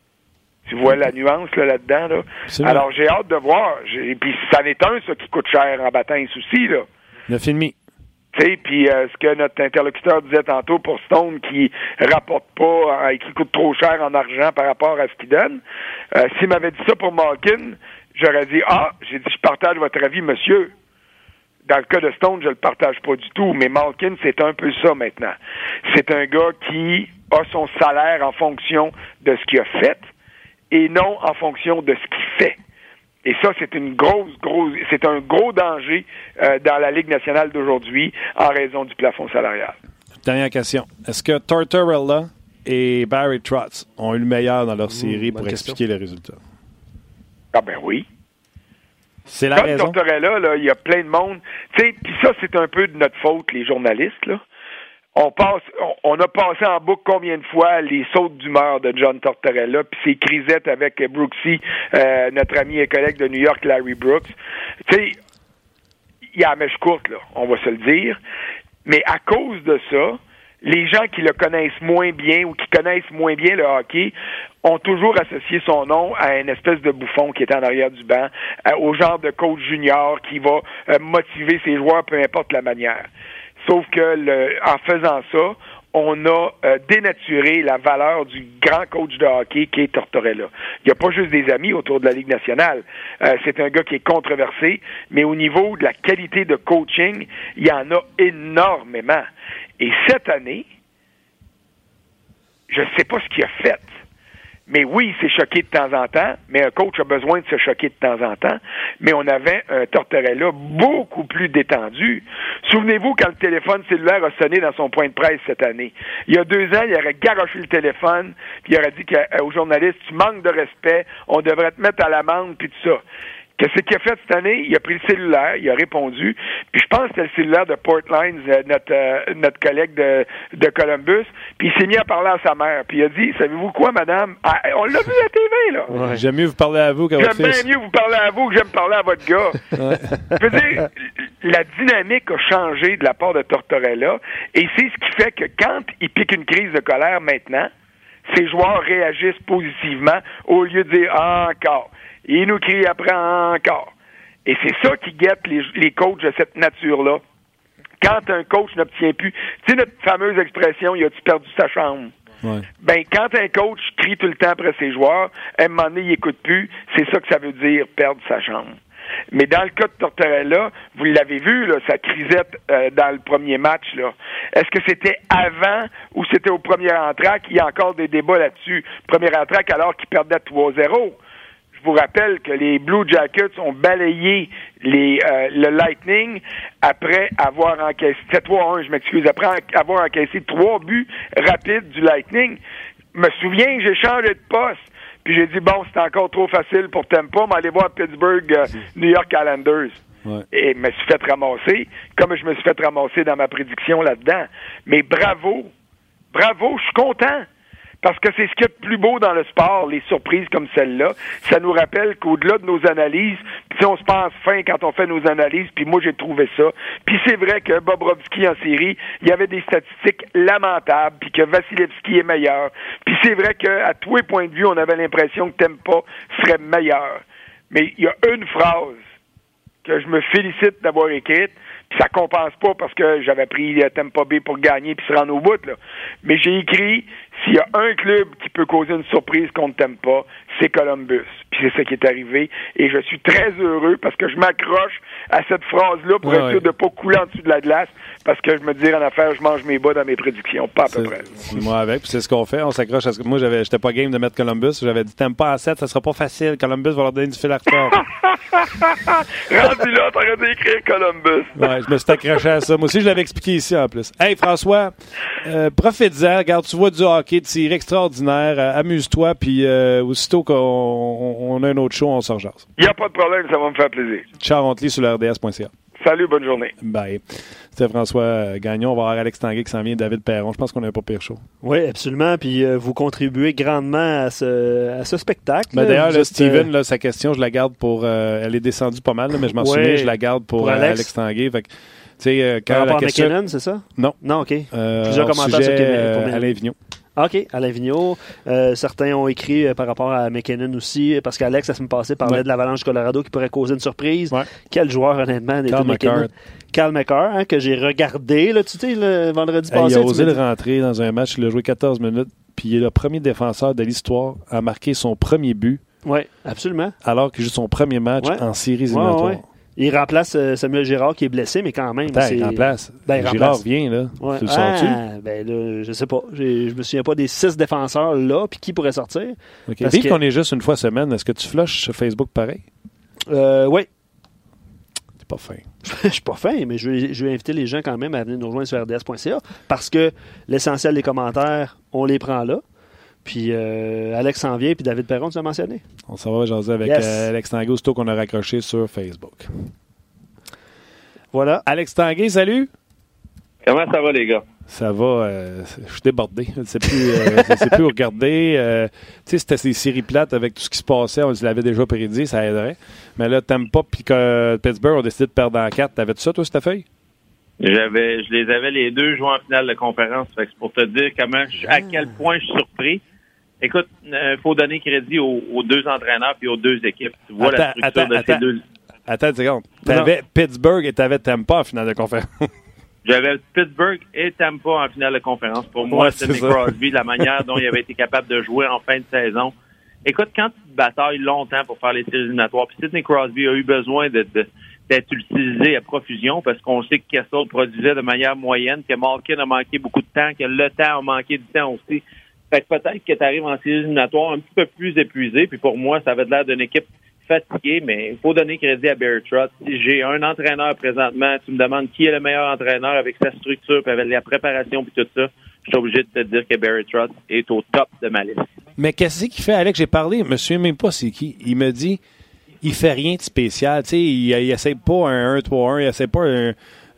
C: Tu vois la nuance là, là-dedans, là? Alors, j'ai hâte de voir. Et puis, ça n'est un, ça, qui coûte cher en bâtisse aussi, là.
A: neuf et demi.
C: Tu sais, puis euh, ce que notre interlocuteur disait tantôt pour Stone, qui rapporte pas, et euh, qui coûte trop cher en argent par rapport à ce qu'il donne, euh, s'il m'avait dit ça pour Malkin, j'aurais dit, ah, j'ai dit, je partage votre avis, monsieur. Dans le cas de Stone, je le partage pas du tout, mais Malkin, c'est un peu ça maintenant. C'est un gars qui a son salaire en fonction de ce qu'il a fait et non en fonction de ce qu'il fait. Et ça, c'est une grosse, grosse, c'est un gros danger euh, dans la Ligue nationale d'aujourd'hui en raison du plafond salarial.
A: Dernière question. Est-ce que Tortorella et Barry Trotz ont eu le meilleur dans leur série mmh, pour question. expliquer les résultats?
C: Ah ben oui.
A: C'est la
C: Comme
A: raison.
C: Tortorella, là, il y a plein de monde. Tu sais, puis ça, c'est un peu de notre faute, les journalistes, là. On passe, on, on a passé en boucle combien de fois les sautes d'humeur de John Tortorella, puis ses crisettes avec Brooksy, euh, notre ami et collègue de New York, Larry Brooks. Tu sais, il y a la mèche courte, là, on va se le dire. Mais à cause de ça, les gens qui le connaissent moins bien ou qui connaissent moins bien le hockey ont toujours associé son nom à une espèce de bouffon qui est en arrière du banc, euh, au genre de coach junior qui va euh, motiver ses joueurs peu importe la manière. Sauf que le, en faisant ça, on a euh, dénaturé la valeur du grand coach de hockey qui est Tortorella. Il n'y a pas juste des amis autour de la Ligue nationale. Euh, c'est un gars qui est controversé, mais au niveau de la qualité de coaching, il y en a énormément. Et cette année, je ne sais pas ce qu'il a fait. Mais oui, il s'est choqué de temps en temps, mais un coach a besoin de se choquer de temps en temps. Mais on avait un Tortorella beaucoup plus détendu. Souvenez-vous quand le téléphone cellulaire a sonné dans son point de presse cette année. Il y a deux ans, il aurait garoché le téléphone, puis il aurait dit aux journalistes, tu manques de respect, on devrait te mettre à l'amende, puis tout ça. Qu'est-ce qu'il a fait cette année? Il a pris le cellulaire, il a répondu, puis je pense que c'était le cellulaire de Portline, notre euh, notre collègue de, de Columbus, puis il s'est mis à parler à sa mère, puis il a dit, savez-vous quoi, madame? Ah, on l'a vu à la T V, là!
A: Ouais, j'aime mieux vous parler à vous qu'à votre fils.
C: J'aime bien mieux vous parler à vous que j'aime parler à votre gars. Ouais. Je veux dire, la dynamique a changé de la part de Tortorella, et c'est ce qui fait que quand il pique une crise de colère maintenant, ses joueurs réagissent positivement au lieu de dire ah, encore. Il nous crie après encore. Et c'est ça qui guette les, les coachs de cette nature-là. Quand un coach n'obtient plus, tu sais notre fameuse expression, il a-tu perdu sa chambre? Ouais. Ben, quand un coach crie tout le temps après ses joueurs, à un moment donné, il n'écoute plus, c'est ça que ça veut dire, perdre sa chambre. Mais dans le cas de Tortorella, vous l'avez vu, là, sa crisette euh, dans le premier match, là. Est-ce que c'était avant ou c'était au premier entraque? Il y a encore des débats là-dessus. Premier entraque alors qu'il perdait trois zéro. Je vous rappelle que les Blue Jackets ont balayé les, euh, le Lightning après avoir encaissé, c'était trois un, je m'excuse, après avoir encaissé trois buts rapides du Lightning. Je me souviens que j'ai changé de poste. Puis j'ai dit, bon, c'est encore trop facile pour Tampa, mais allez voir Pittsburgh, euh, New York Islanders. Ouais. Et je me suis fait ramasser, comme je me suis fait ramasser dans ma prédiction là-dedans. Mais bravo, bravo, je suis content. Parce que c'est ce qu'il y a de plus beau dans le sport, les surprises comme celle-là. Ça nous rappelle qu'au-delà de nos analyses, puis on se pense fin quand on fait nos analyses, puis moi j'ai trouvé ça. Puis c'est vrai que Bobrovski en série, il y avait des statistiques lamentables, puis que Vasilevski est meilleur. Puis c'est vrai qu'à tous les points de vue, on avait l'impression que Tampa serait meilleur. Mais il y a une phrase que je me félicite d'avoir écrite, puis ça compense pas parce que j'avais pris Tampa Bay pour gagner puis se rendre au bout, là. Mais j'ai écrit, s'il y a un club qui peut causer une surprise contre Tampa, c'est Columbus. Puis c'est ça qui est arrivé. Et je suis très heureux parce que je m'accroche à cette phrase-là pour ouais, être sûr ouais. de ne pas couler en dessous de la glace parce que je me dis en affaire, je mange mes bas dans mes prédictions. Pas à peu près.
A: Moi avec, puis c'est ce qu'on fait. On s'accroche à ce que moi, j'avais, j'étais pas game de mettre Columbus. J'avais dit Tampa à sept, ça sera pas facile. Columbus va leur donner du fil à retordre.
C: Rendu là, t'aurais dû écrire Columbus.
A: Ouais, je me suis accroché à ça. Moi aussi, je l'avais expliqué ici en plus. Hey François, euh, profite-en. Regarde, tu vois du hockey de tir extraordinaire. Euh, amuse-toi, puis euh, aussitôt qu'on on, on a un autre show, on se rejase.
C: Il n'y a pas de problème, ça va me faire plaisir.
A: Ciao, on te lit sur le R D S point C A.
C: Salut, bonne journée.
A: Bye. C'était François Gagnon. On va avoir Alex Tanguay qui s'en vient, David Perron. Je pense qu'on n'a pas pire chaud.
B: Oui, absolument. Puis euh, vous contribuez grandement à ce, à ce spectacle.
A: Mais d'ailleurs, là, Steven, euh... là, sa question, je la garde pour... Euh, elle est descendue pas mal, là, mais je m'en ouais, souviens, je la garde pour, pour Alex. Euh, Alex Tanguay. Fait que, tu sais, euh, quand
B: Par rapport
A: la question...
B: à McKinnon, c'est ça?
A: Non.
B: Non, OK.
A: Euh,
B: Plusieurs commentaires sur
A: euh, pour Alain Vigneault.
B: OK, Alain Vigneault. Euh, certains ont écrit euh, par rapport à McKinnon aussi, parce qu'Alex, la semaine passée, parlait ouais. de l'Avalanche du Colorado qui pourrait causer une surprise. Ouais. Quel joueur, honnêtement,
A: Carl McCarr.
B: Carl McCarr, hein, que j'ai regardé, là, tu sais, le vendredi
A: hey,
B: passé.
A: Il a osé le rentrer dans un match, il a joué quatorze minutes, puis il est le premier défenseur de l'histoire à marquer son premier but.
B: Oui, absolument.
A: Alors qu'il joue son premier match ouais. en séries éliminatoires. Ouais, ouais.
B: Il remplace euh, Samuel Girard qui est blessé, mais quand même.
A: Attends,
B: c'est...
A: il remplace.
B: Ben, il
A: Girard
B: remplace.
A: vient, là.
B: Ouais.
A: Tu le
B: ah,
A: sens-tu?
B: Ben, là, je sais pas. J'ai, je me souviens pas des six défenseurs là, puis qui pourrait sortir.
A: OK. Dès que... qu'on est juste une fois semaine, est-ce que tu flushes sur Facebook pareil?
B: Euh, oui.
A: T'es pas fin.
B: Je suis pas fin, mais je vais, je vais inviter les gens quand même à venir nous rejoindre sur R D S point C A parce que l'essentiel des commentaires, on les prend là. Puis euh, Alex s'en vient, puis David Perron, tu l'as mentionné.
A: On s'en va jaser avec yes. euh, Alex Tanguay, aussitôt qu'on a raccroché sur Facebook. Voilà. Alex Tanguay, salut!
D: Comment ça va, les gars?
A: Ça va. Euh, je suis débordé. Je ne sais plus, euh, je sais plus où regarder. Euh, tu sais, c'était ces séries plates avec tout ce qui se passait. On l'avait déjà prédit, ça aiderait. Mais là, t'aimes pas, puis que Pittsburgh a décidé de perdre en quatre. T'avais-tu ça, toi, sur ta feuille?
D: J'avais, je les avais les deux joués en finale de conférence. Fait que c'est pour te dire comment, à quel point je suis surpris. Écoute, il euh, faut donner crédit aux, aux deux entraîneurs puis aux deux équipes. Tu vois attends, la structure
A: attends,
D: de
A: attends,
D: ces deux.
A: Attends une seconde. T'avais non. Pittsburgh et t'avais Tampa en finale de conférence.
D: J'avais Pittsburgh et Tampa en finale de conférence. Pour moi,
A: ouais,
D: Sidney Crosby, la manière dont il avait été capable de jouer en fin de saison. Écoute, quand tu te batailles longtemps pour faire les séries éliminatoires, puis Sidney Crosby a eu besoin de, de, d'être utilisé à profusion parce qu'on sait que Kessel produisait de manière moyenne, que Malkin a manqué beaucoup de temps, que le temps a manqué du temps aussi. Fait que peut-être que tu arrives en séries éliminatoires un petit peu plus épuisé, puis pour moi, ça avait l'air d'une équipe fatiguée, mais il faut donner crédit à Barry Trotz. Si j'ai un entraîneur présentement, tu me demandes qui est le meilleur entraîneur avec sa structure, puis avec la préparation, puis tout ça, je suis obligé de te dire que Barry Trotz est au top de ma liste.
A: Mais qu'est-ce qu'il fait, Alex? J'ai parlé, je me souviens même pas c'est qui. Il me dit, il fait rien de spécial. Tu sais, il, il essaie pas un un trois un, il essaie pas un,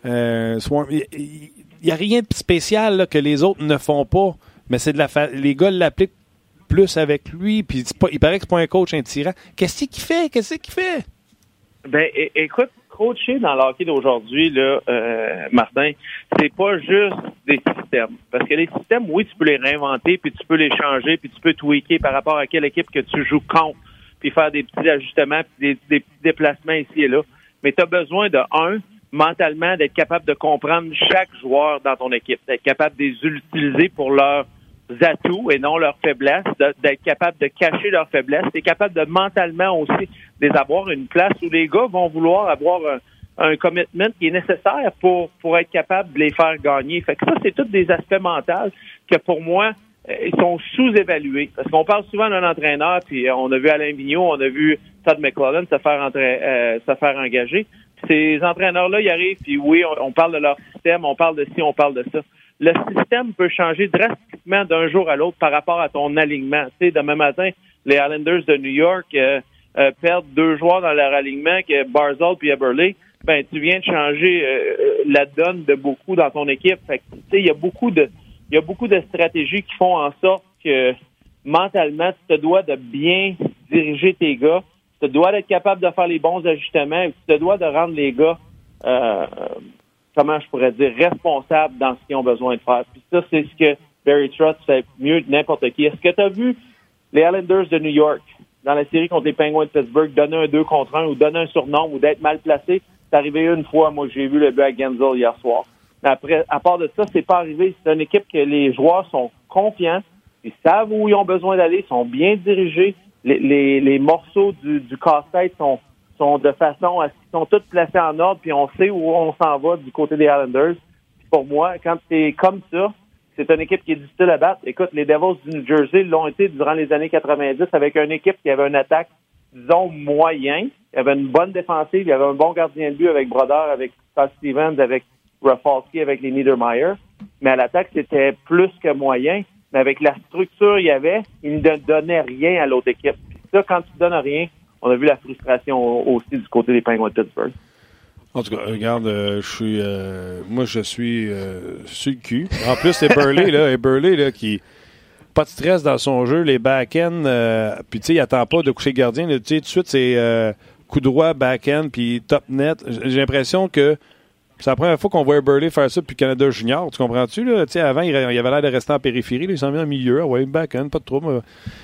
A: un swarm. Il n'y a rien de spécial là, que les autres ne font pas, mais c'est de la fa... les gars l'appliquent plus avec lui, puis c'est pas, il paraît que c'est pas un coach, un tyran. Qu'est-ce qu'il fait? Qu'est-ce qu'il fait?
D: Ben, é- écoute, coacher dans le hockey d'aujourd'hui, là, euh, Martin, c'est pas juste des systèmes. Parce que les systèmes, oui, tu peux les réinventer, puis tu peux les changer, puis tu peux tweaker par rapport à quelle équipe que tu joues contre, puis faire des petits ajustements, puis des, des petits déplacements ici et là. Mais tu as besoin de, un, mentalement, d'être capable de comprendre chaque joueur dans ton équipe, d'être capable de les utiliser pour leurs atouts et non leurs faiblesses, de, d'être capable de cacher leurs faiblesses, d'être capable de mentalement aussi les avoir une place où les gars vont vouloir avoir un, un commitment qui est nécessaire pour pour être capable de les faire gagner. Fait que ça, c'est tous des aspects mentaux que pour moi, ils sont sous-évalués. Parce qu'on parle souvent d'un entraîneur, puis on a vu Alain Vigneault, on a vu Todd McLellan se faire entra- euh, se faire engager. Puis ces entraîneurs-là, ils arrivent, puis oui, on, on parle de leur système, on parle de ci, on parle de ça. Le système peut changer drastiquement d'un jour à l'autre par rapport à ton alignement. Tu sais, demain matin, les Islanders de New York euh, euh, perdent deux joueurs dans leur alignement, que Barzal puis Eberle. Ben, tu viens de changer euh, la donne de beaucoup dans ton équipe. Fait que, tu sais, il y a beaucoup de, il y a beaucoup de stratégies qui font en sorte que mentalement, tu te dois de bien diriger tes gars. Tu te dois d'être capable de faire les bons ajustements. Et tu te dois de rendre les gars euh, comment je pourrais dire, responsables dans ce qu'ils ont besoin de faire. Puis ça, c'est ce que Barry Trotz fait mieux que n'importe qui. Est-ce que tu as vu les Islanders de New York, dans la série contre les Penguins de Pittsburgh, donner un deux contre un ou donner un surnom ou d'être mal placé? C'est arrivé une fois, moi, j'ai vu le but à Gensel hier soir. Mais après, à part de ça, c'est pas arrivé. C'est une équipe que les joueurs sont confiants, ils savent où ils ont besoin d'aller, ils sont bien dirigés. Les, les, les morceaux du, du casse-tête sont sont de façon à ce qu'ils sont tous placés en ordre, puis on sait où on s'en va du côté des Islanders. Puis pour moi, quand c'est comme ça, c'est une équipe qui est difficile à battre. Écoute, les Devils du New Jersey l'ont été durant les années quatre-vingt-dix avec une équipe qui avait une attaque, disons, moyen. Il y avait une bonne défensive, il y avait un bon gardien de but avec Brodeur, avec Scott Stevens, avec Rafalski, avec les Niedermeyer. Mais à l'attaque, c'était plus que moyen. Mais avec la structure qu'il y avait, il ne donnait rien à l'autre équipe. Puis ça, quand tu ne donnes rien, on a vu la frustration aussi du côté des Penguins de Pittsburgh.
A: En tout cas, regarde, euh, je suis, euh, moi, je suis euh, sur le cul. En plus, c'est Burley, là, et Burley, là, qui pas de stress dans son jeu, les back-end, euh, puis tu sais, il attend pas de coucher le gardien. Tu sais, tout de suite, c'est euh, coup droit, back-end, puis top net. J'ai l'impression que c'est la première fois qu'on voit Burley faire ça depuis Canada Junior. Tu comprends-tu, là? Tu sais, avant, il avait l'air de rester en périphérie. Là, il s'en vient en milieu. Ouais, back-end, pas de trouble.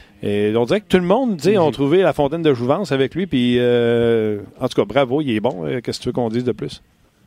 A: Et on dirait que tout le monde, tu sais, ont trouvé la fontaine de jouvence avec lui. Puis, euh, en tout cas, bravo, il est bon. Qu'est-ce que tu veux qu'on dise de plus?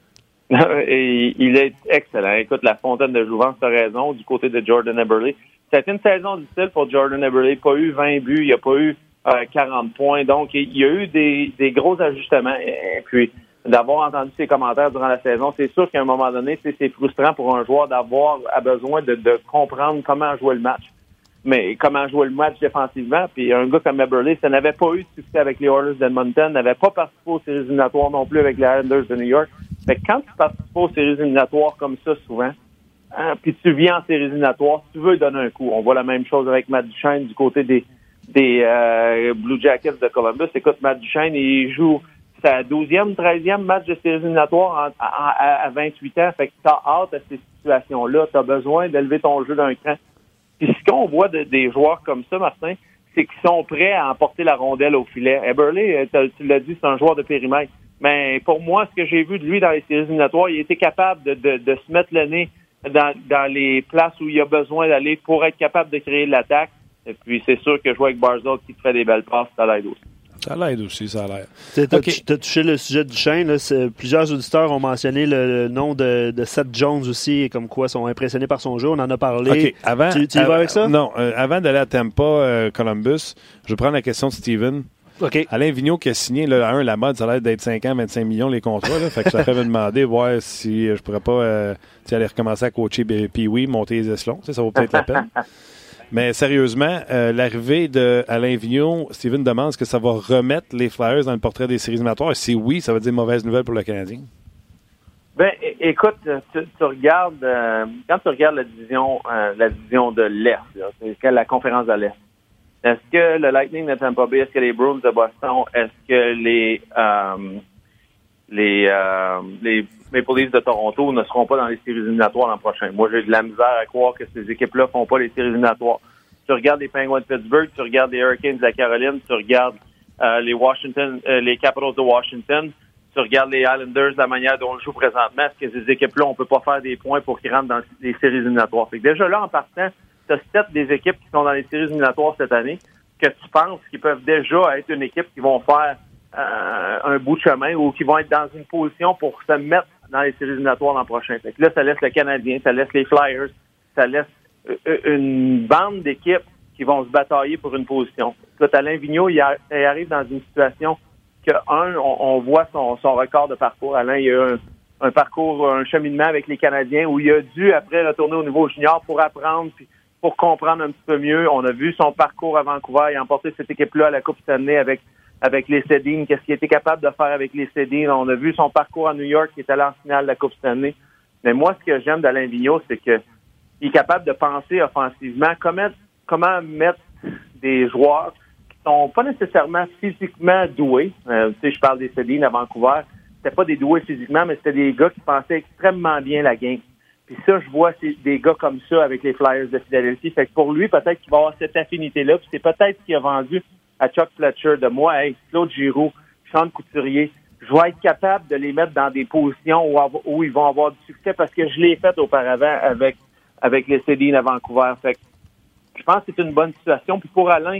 E: Et il est excellent. Écoute, la fontaine de jouvence, tu as raison, du côté de Jordan Eberle. C'était une saison difficile pour Jordan Eberle. Il n'a pas eu vingt buts, il n'a pas eu euh, quarante points. Donc, il y a eu des, des gros ajustements. Et puis, d'avoir entendu ses commentaires durant la saison, c'est sûr qu'à un moment donné, c'est frustrant pour un joueur d'avoir à besoin de, de comprendre comment jouer le match. Mais comment jouer le match défensivement, puis un gars comme Eberle, ça n'avait pas eu de succès avec les Oilers d'Edmonton, n'avait pas participé aux séries éliminatoires non plus avec les Islanders de New York. Fait que quand tu participes aux séries éliminatoires comme ça souvent, hein, puis tu viens en séries éliminatoires, tu veux donner un coup. On voit la même chose avec Matt Duchene du côté des, des euh, Blue Jackets de Columbus. Écoute, Matt Duchene, il joue sa douzième, treizième match de séries éliminatoires en, à, à vingt-huit ans. Fait que t'as hâte à ces situations-là. T'as besoin d'élever ton jeu d'un cran. Puis ce qu'on voit de, des joueurs comme ça, Martin, c'est qu'ils sont prêts à emporter la rondelle au filet. Eberle, tu l'as dit, c'est un joueur de périmètre. Mais pour moi, ce que j'ai vu de lui dans les séries éliminatoires, il était capable de, de, de se mettre le nez dans, dans les places où il a besoin d'aller pour être capable de créer l'attaque. Et puis, c'est sûr que jouer avec Barzal qui te fait des belles passes, ça l'aide aussi.
A: Ça l'aide aussi, ça a l'air.
B: Tu as
A: okay.
B: touché le sujet du Shane. Là, plusieurs auditeurs ont mentionné le, le nom de, de Seth Jones aussi, comme quoi ils sont impressionnés par son jeu. On en a parlé.
A: Okay. Avant,
B: tu tu y vas avec ça?
A: Non. Euh, avant d'aller à Tampa, euh, Columbus, je vais prendre la question de Steven.
B: Okay.
A: Alain Vigneault qui a signé, là, un, la mode, ça a l'air d'être cinq ans, vingt-cinq millions les contrats. Là, fait que ça fait me demander voir si je pourrais pas euh, aller recommencer à coacher Pee-Wee, monter les échelons. Ça vaut peut-être la peine. Mais sérieusement, euh, l'arrivée d'Alain Vigneault, Steven demande est-ce que ça va remettre les Flyers dans le portrait des séries éliminatoires? Si oui, ça veut dire mauvaise nouvelle pour le Canadien.
E: Ben, écoute, tu, tu regardes euh, quand tu regardes la division, euh, la division de l'Est, là, c'est la conférence de l'Est. Est-ce que le Lightning de Tampa Bay, est-ce que les Bruins de Boston, est-ce que les euh, les euh, les Maple Leafs de Toronto ne seront pas dans les séries éliminatoires l'an prochain? Moi, j'ai de la misère à croire que ces équipes-là font pas les séries éliminatoires. Tu regardes les Penguins de Pittsburgh, tu regardes les Hurricanes de la Caroline, tu regardes euh, les Washington, euh, les Capitals de Washington, tu regardes les Islanders, la manière dont on joue présentement, est-ce que ces équipes-là, on peut pas faire des points pour qu'ils rentrent dans les séries éliminatoires? Fait que déjà là, en partant, tu as sept des équipes qui sont dans les séries éliminatoires cette année, que tu penses qu'ils peuvent déjà être une équipe qui vont faire euh, un bout de chemin ou qui vont être dans une position pour se mettre dans les séries éliminatoires l'an prochain. Fait que là, ça laisse le Canadien, ça laisse les Flyers, ça laisse une bande d'équipes qui vont se batailler pour une position. Là, Alain Vigneault, il, a, il arrive dans une situation que, un, on, on voit son, son record de parcours. Alain, il a eu un, un parcours, un cheminement avec les Canadiens où il a dû, après, retourner au niveau junior pour apprendre, puis pour comprendre un petit peu mieux. On a vu son parcours à Vancouver. Il a emporté cette équipe-là à la Coupe Stanley avec avec les Sedin. Qu'est-ce qu'il était capable de faire avec les Sedin? On a vu son parcours à New York qui est allé en finale de la Coupe Stanley. Mais moi, ce que j'aime d'Alain Vigneault, c'est que il est capable de penser offensivement comment, comment mettre des joueurs qui sont pas nécessairement physiquement doués. Euh, tu sais, je parle des Sedin à Vancouver. C'était pas des doués physiquement, mais c'était des gars qui pensaient extrêmement bien la game. Puis ça, je vois c'est des gars comme ça avec les Flyers de Philadelphie. Fait que pour lui, peut-être qu'il va avoir cette affinité-là. Puis c'est peut-être ce qu'il a vendu à Chuck Fletcher de moi, hey, Claude Giroux, Sean Couturier. Je vais être capable de les mettre dans des positions où, où ils vont avoir du succès parce que je l'ai fait auparavant avec avec les Sedin à Vancouver. Fait que je pense que c'est une bonne situation. Puis pour Alain,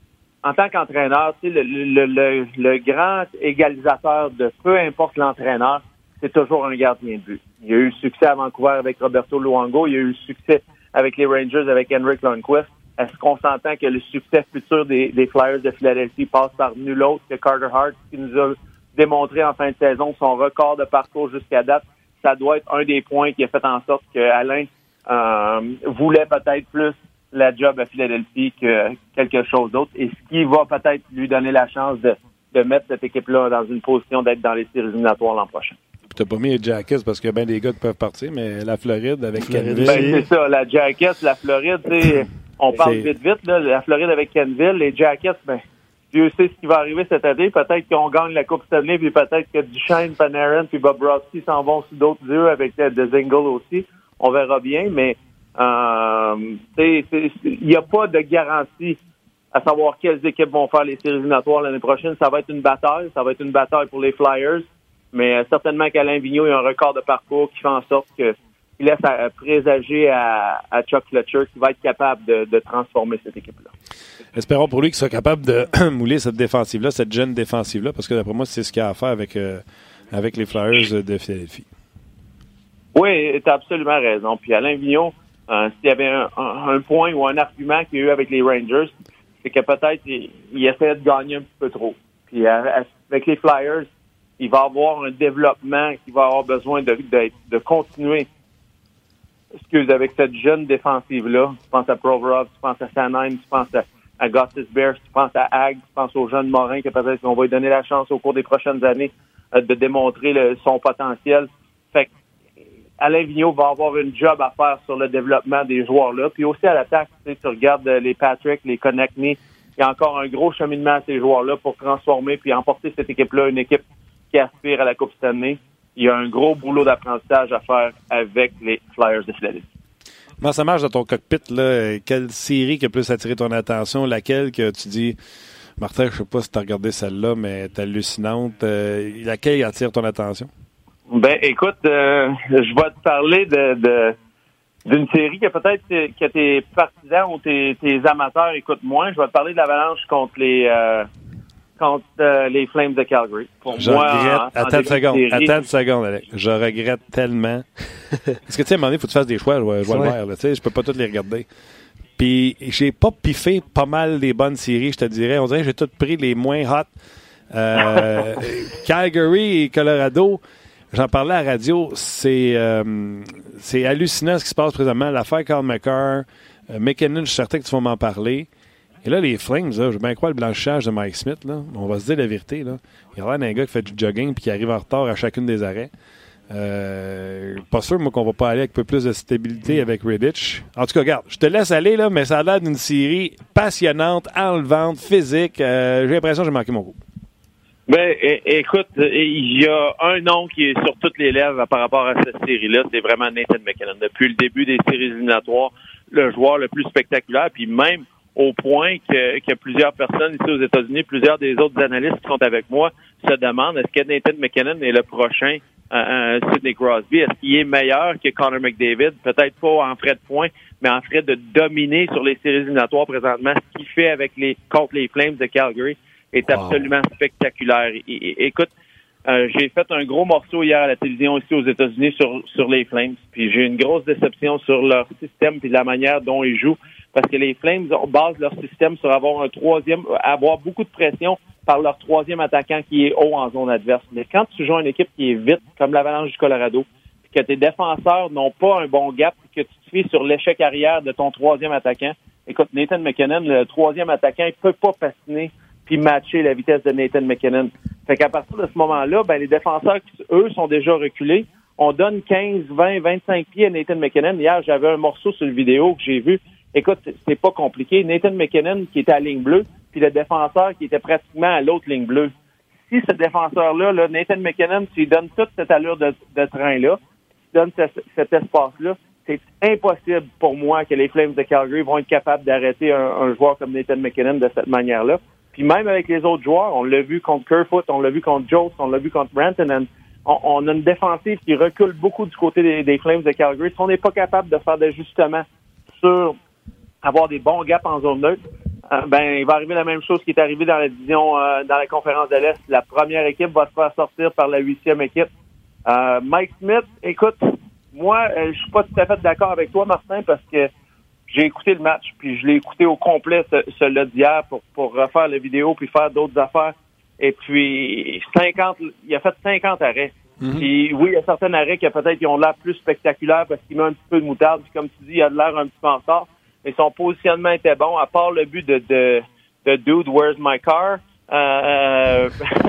E: en tant qu'entraîneur, tu sais, le, le, le, le grand égalisateur de peu importe l'entraîneur, c'est toujours un gardien de but. Il y a eu succès à Vancouver avec Roberto Luongo. Il y a eu succès avec les Rangers avec Henrik Lundqvist. Est-ce qu'on s'entend que le succès futur des, des Flyers de Philadelphie passe par nul autre que Carter Hart, qui nous a démontré en fin de saison son record de parcours jusqu'à date? Ça doit être un des points qui a fait en sorte que Alain euh, voulait peut-être plus la job à Philadelphie que quelque chose d'autre. Et ce qui va peut-être lui donner la chance de, de mettre cette équipe-là dans une position d'être dans les séries éliminatoires l'an prochain.
A: Tu n'as pas mis les Jackets parce qu'il y a bien des gars qui peuvent partir, mais la Floride avec Kenville.
E: Ben, c'est ça, la Jackets, la Floride, c'est, on parle vite vite, là, la Floride avec Kenville, les Jackets, ben, Dieu sait ce qui va arriver cette année. Peut-être qu'on gagne la Coupe Stanley, puis peut-être que Duchesne, Panarin, puis Bobrovsky s'en vont sur d'autres yeux avec euh, De Zingle aussi. On verra bien, mais euh, il n'y a pas de garantie à savoir quelles équipes vont faire les séries éliminatoires l'année prochaine. Ça va être une bataille, ça va être une bataille pour les Flyers. Mais euh, certainement qu'Alain Vigneault a un record de parcours qui fait en sorte qu'il laisse à, à présager à, à Chuck Fletcher qui va être capable de, de transformer cette équipe-là.
A: Espérons pour lui qu'il soit capable de mouler cette défensive-là, cette jeune défensive-là, parce que d'après moi, c'est ce qu'il a à faire avec, euh, avec les Flyers de Philadelphie.
E: Oui, tu as absolument raison. Puis Alain Vigneault, euh, s'il y avait un, un, un point ou un argument qu'il y a eu avec les Rangers, c'est que peut-être il, il essayait de gagner un petit peu trop. Puis à, avec les Flyers, il va avoir un développement qui va avoir besoin de, de, de continuer. Excuse, avec cette jeune défensive-là, tu penses à Provorov, tu penses à Sanheim, tu penses à, à Gostis Bears, tu penses à Hag, tu penses au jeune Morin, que peut-être qu'on va lui donner la chance au cours des prochaines années euh, de démontrer le, son potentiel. Fait que Alain Vigneault va avoir une job à faire sur le développement des joueurs-là. Puis aussi à l'attaque, tu sais, tu regardes les Patrick, les Konechny, il y a encore un gros cheminement à ces joueurs-là pour transformer puis emporter cette équipe-là, une équipe qui aspire à la Coupe Stanley. Il y a un gros boulot d'apprentissage à faire avec les Flyers de Philadelphie.
A: Comment ça marche dans ton cockpit, là? Quelle série qui a plus attiré ton attention? Laquelle que tu dis, Martin, je sais pas si tu as regardé celle-là, mais elle est hallucinante. Euh, laquelle attire ton attention?
E: Ben, écoute, euh, je vais te parler de, de d'une série que peut-être que tes partisans ou tes, tes amateurs écoutent moins. Je vais te parler de l'Avalanche contre les... Euh, contre euh, les Flames de Calgary. Pour
A: je
E: moi,
A: regrette.
E: En,
A: attends
E: en
A: une seconde.
E: série,
A: Attends une seconde, Alex. Je regrette tellement. Parce que, tu sais, à un moment donné, il faut que tu fasses des choix. Je vois, je vois ouais. le vert. Là, tu sais, je peux pas tous les regarder. Puis, j'ai pas piffé pas mal des bonnes séries, je te dirais. On dirait que j'ai tout pris les moins hot. Euh, Calgary et Colorado. J'en parlais à la radio, c'est, euh, c'est hallucinant ce qui se passe présentement. L'affaire Carl McCarr, euh, McKinnon, je suis certain que tu vas m'en parler. Et là, les Flames, là, je veux bien croire le blanchissage de Mike Smith. Là. On va se dire la vérité. Là. Il y a l'air d'un gars qui fait du jogging et qui arrive en retard à chacune des arrêts. Euh, pas sûr, moi, qu'on va pas aller avec un peu plus de stabilité avec Riddich. En tout cas, regarde, je te laisse aller, là, mais ça a l'air d'une série passionnante, enlevante, physique. Euh, j'ai l'impression que j'ai manqué mon coup.
D: Ben, é- écoute, il y a un nom qui est sur toutes les lèvres par rapport à cette série-là, c'est vraiment Nathan McKinnon. Depuis le début des séries éliminatoires, le joueur le plus spectaculaire, puis même au point que, que plusieurs personnes ici aux États-Unis, plusieurs des autres analystes qui sont avec moi, se demandent est-ce que Nathan McKinnon est le prochain euh, Sidney Crosby? Est-ce qu'il est meilleur que Connor McDavid? Peut-être pas en frais de points, mais en frais de dominer sur les séries éliminatoires présentement. Ce qu'il fait avec les contre les Flames de Calgary est wow. absolument spectaculaire. Et, et, écoute, euh, j'ai fait un gros morceau hier à la télévision ici aux États-Unis sur sur les Flames, puis j'ai une grosse déception sur leur système puis la manière dont ils jouent, parce que les Flames basent leur système sur avoir un troisième, avoir beaucoup de pression par leur troisième attaquant qui est haut en zone adverse. Mais quand tu joues une équipe qui est vite, comme l'Avalanche du Colorado, puis que tes défenseurs n'ont pas un bon gap, puis que tu te fies sur l'échec arrière de ton troisième attaquant, écoute, Nathan McKinnon, le troisième attaquant, il peut pas patiner puis matcher la vitesse de Nathan McKinnon. Fait qu'à partir de ce moment-là, ben les défenseurs, qui, eux, sont déjà reculés. On donne quinze, vingt, vingt-cinq pieds à Nathan McKinnon. Hier, j'avais un morceau sur le vidéo que j'ai vu. Écoute, c'est pas compliqué. Nathan McKinnon qui était à ligne bleue, puis le défenseur qui était pratiquement à l'autre ligne bleue. Si ce défenseur-là, là, Nathan McKinnon, tu lui donnes toute cette allure de, de train-là, tu donnes ce, cet espace-là, c'est impossible pour moi que les Flames de Calgary vont être capables d'arrêter un, un joueur comme Nathan McKinnon de cette manière-là. Puis même avec les autres joueurs, on l'a vu contre Kerfoot, on l'a vu contre Jost, on l'a vu contre Rantanen, on, on a une défensive qui recule beaucoup du côté des, des Flames de Calgary. Si on n'est pas capable de faire d'ajustements sur avoir des bons gaps en zone neutre, euh, ben il va arriver la même chose qui est arrivé dans la division, euh, dans la conférence de l'Est. La première équipe va se faire sortir par la huitième équipe. Euh, Mike Smith, écoute, moi, euh, je suis pas tout à fait d'accord avec toi, Martin, parce que j'ai écouté le match, puis je l'ai écouté au complet, ce, ce là d'hier, pour, pour refaire la vidéo, puis faire d'autres affaires. Et puis, cinquante, il a fait cinquante arrêts. Mm-hmm. Puis oui, il y a certains arrêts qui peut-être qui ont l'air plus spectaculaires parce qu'il met un petit peu de moutarde. Puis comme tu dis, il a de l'air un petit peu en retard. Mais son positionnement était bon, à part le but de, de, de Dude, Where's My Car? Euh,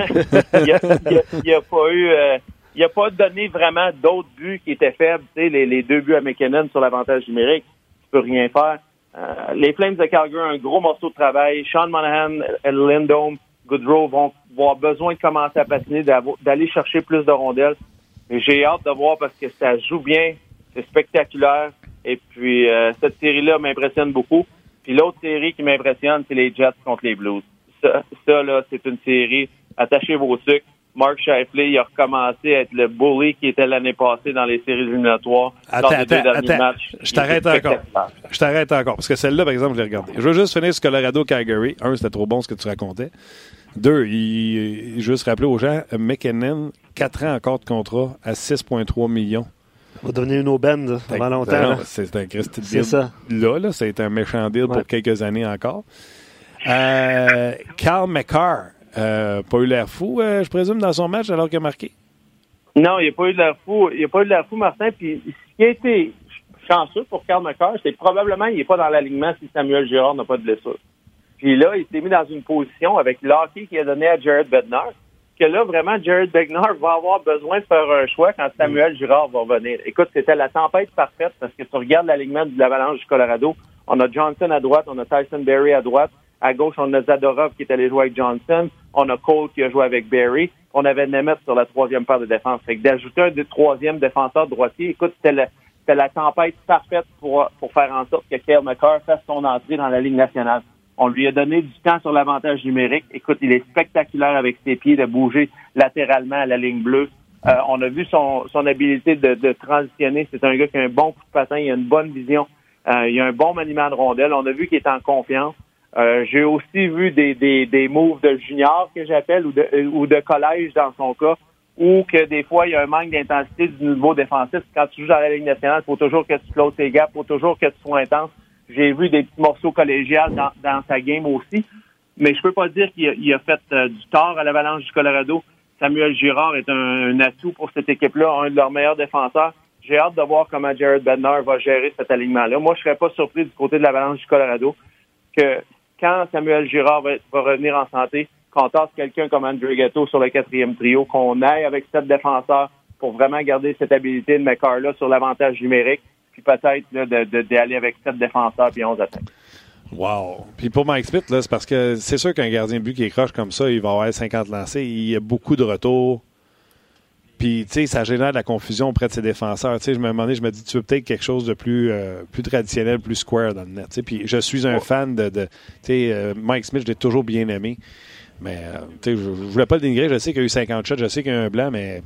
D: il a, il a, il a pas eu... Euh, il a pas donné vraiment d'autres buts qui étaient faibles. Tu sais, les, les deux buts à McKinnon sur l'avantage numérique. Rien faire. Euh, les Flames de Calgary ont un gros morceau de travail. Sean Monahan, Lindholm, Goodrow vont avoir besoin de commencer à patiner, d'aller chercher plus de rondelles. Mais j'ai hâte de voir parce que ça joue bien, c'est spectaculaire. Et puis, euh, cette série-là m'impressionne beaucoup. Puis l'autre série qui m'impressionne, c'est les Jets contre les Blues. Ça, ça là, c'est une série. Attachez vos sucres. Mark Scheifele, il a recommencé à être le bully qui était l'année passée dans les séries éliminatoires.
A: Attends, attends, attends. Je t'arrête encore. Je t'arrête encore. Parce que celle-là, par exemple, je l'ai regardée. Je veux juste finir sur Colorado-Calgary. Un, c'était trop bon ce que tu racontais. Deux, il, il juste rappeler aux gens, McKinnon, quatre ans encore de contrat à six virgule trois millions.
B: On va devenir une aubaine pendant longtemps.
A: Non, c'est un Christy de deal.
B: C'est ça.
A: Là, là, c'est un méchant deal ouais. pour quelques années encore. Euh, Carl McCarr. Euh, pas eu l'air fou, euh, je présume, dans son match alors qu'il a marqué?
E: Non, il n'a pas eu de l'air fou. Il n'a pas eu de l'air fou, Martin. Puis ce qui a été chanceux pour Carl McCarr, c'est que probablement il n'est pas dans l'alignement si Samuel Girard n'a pas de blessure. Puis là, il s'est mis dans une position avec l'hockey qu'il a donné à Jared Bednar, que là, vraiment, Jared Bednar va avoir besoin de faire un choix quand Samuel Girard va revenir. Écoute, c'était la tempête parfaite parce que tu regardes l'alignement de l'Avalanche du Colorado. On a Johnson à droite, on a Tyson Barrie à droite. À gauche, on a Zadorov qui est allé jouer avec Johnson. On a Cole qui a joué avec Barrie. On avait Nemeth sur la troisième paire de défense. Fait que d'ajouter un des troisième défenseur droitier, écoute, c'était, le, c'était la tempête parfaite pour, pour faire en sorte que Cale McCarr fasse son entrée dans la Ligue nationale. On lui a donné du temps sur l'avantage numérique. Écoute, il est spectaculaire avec ses pieds de bouger latéralement à la ligne bleue. Euh, on a vu son, son habilité de, de transitionner. C'est un gars qui a un bon coup de patin, il a une bonne vision. Euh, il a un bon maniement de rondelle. On a vu qu'il est en confiance. Euh, j'ai aussi vu des, des, des moves de junior que j'appelle ou de, ou de collège dans son cas, où que des fois, il y a un manque d'intensité du niveau défensif. Quand tu joues dans la Ligue nationale, il faut toujours que tu closes tes gaps, il faut toujours que tu sois intense. J'ai vu des petits morceaux collégiales dans, dans sa game aussi. Mais je peux pas dire qu'il a, il a fait euh, du tort à l'Avalanche du Colorado. Samuel Girard est un, un atout pour cette équipe-là, un de leurs meilleurs défenseurs. J'ai hâte de voir comment Jared Bednar va gérer cet alignement-là. Moi, je serais pas surpris du côté de l'Avalanche du Colorado que quand Samuel Girard va, va revenir en santé, qu'on tasse quelqu'un comme Andrew Gatto sur le quatrième trio, qu'on aille avec sept défenseurs pour vraiment garder cette habilité de McCarr-là sur l'avantage numérique, puis peut-être là, de, de, d'aller avec sept défenseurs puis onze attaques.
A: Wow! Puis pour Mike Smith, là, c'est parce que c'est sûr qu'un gardien de but qui est croche comme ça, il va avoir cinquante lancés, il y a beaucoup de retours. Puis, tu sais, ça génère de la confusion auprès de ses défenseurs. Tu sais, je me demandais, je me dis, tu veux peut-être quelque chose de plus, euh, plus traditionnel, plus square dans le net. Tu sais, puis je suis un fan de, de tu sais, euh, Mike Smith, je l'ai toujours bien aimé. Mais, euh, tu sais, je, je voulais pas le dénigrer. Je sais qu'il y a eu cinquante shots, je sais qu'il y a eu un blanc, mais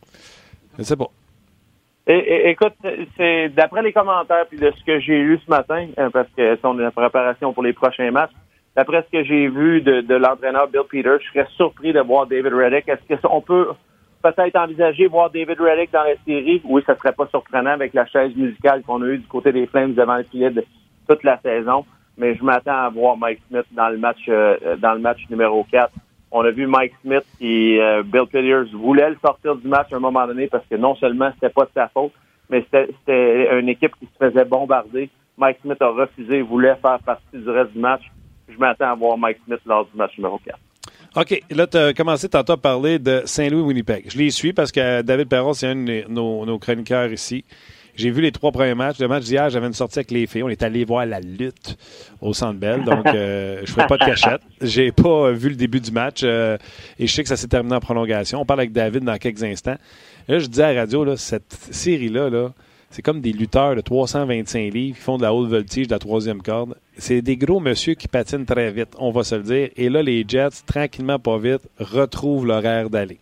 A: je sais pas.
E: Et, et, écoute, c'est d'après les commentaires puis de ce que j'ai lu ce matin, parce que c'est la préparation pour les prochains matchs, d'après ce que j'ai vu de, de l'entraîneur Bill Peters, je serais surpris de voir David Reddick. Est-ce qu'on peut peut-être envisager voir David Reddick dans la série? Oui, ça serait pas surprenant avec la chaise musicale qu'on a eue du côté des Flames devant le filet de toute la saison. Mais je m'attends à voir Mike Smith dans le match euh, dans le match numéro quatre. On a vu Mike Smith et euh, Bill Peters voulaient le sortir du match à un moment donné parce que non seulement c'était pas de sa faute, mais c'était, c'était une équipe qui se faisait bombarder. Mike Smith a refusé, voulait faire partie du reste du match. Je m'attends à voir Mike Smith lors du match numéro quatre.
A: OK. Là, tu as commencé tantôt à parler de Saint-Louis-Winnipeg. Je les suis parce que David Perron, c'est un de nos, nos chroniqueurs ici. J'ai vu les trois premiers matchs. Le match d'hier, j'avais une sortie avec les filles. On est allé voir la lutte au Centre Bell. Donc, euh, je ne fais pas de cachette. J'ai pas vu le début du match. Euh, et je sais que ça s'est terminé en prolongation. On parle avec David dans quelques instants. Là, je disais à la radio, là, cette série-là, là, c'est comme des lutteurs de trois cent vingt-cinq livres qui font de la haute voltige de la troisième corde. C'est des gros monsieur qui patinent très vite, on va se le dire. Et là, les Jets, tranquillement, pas vite, retrouvent l'horaire d'aller.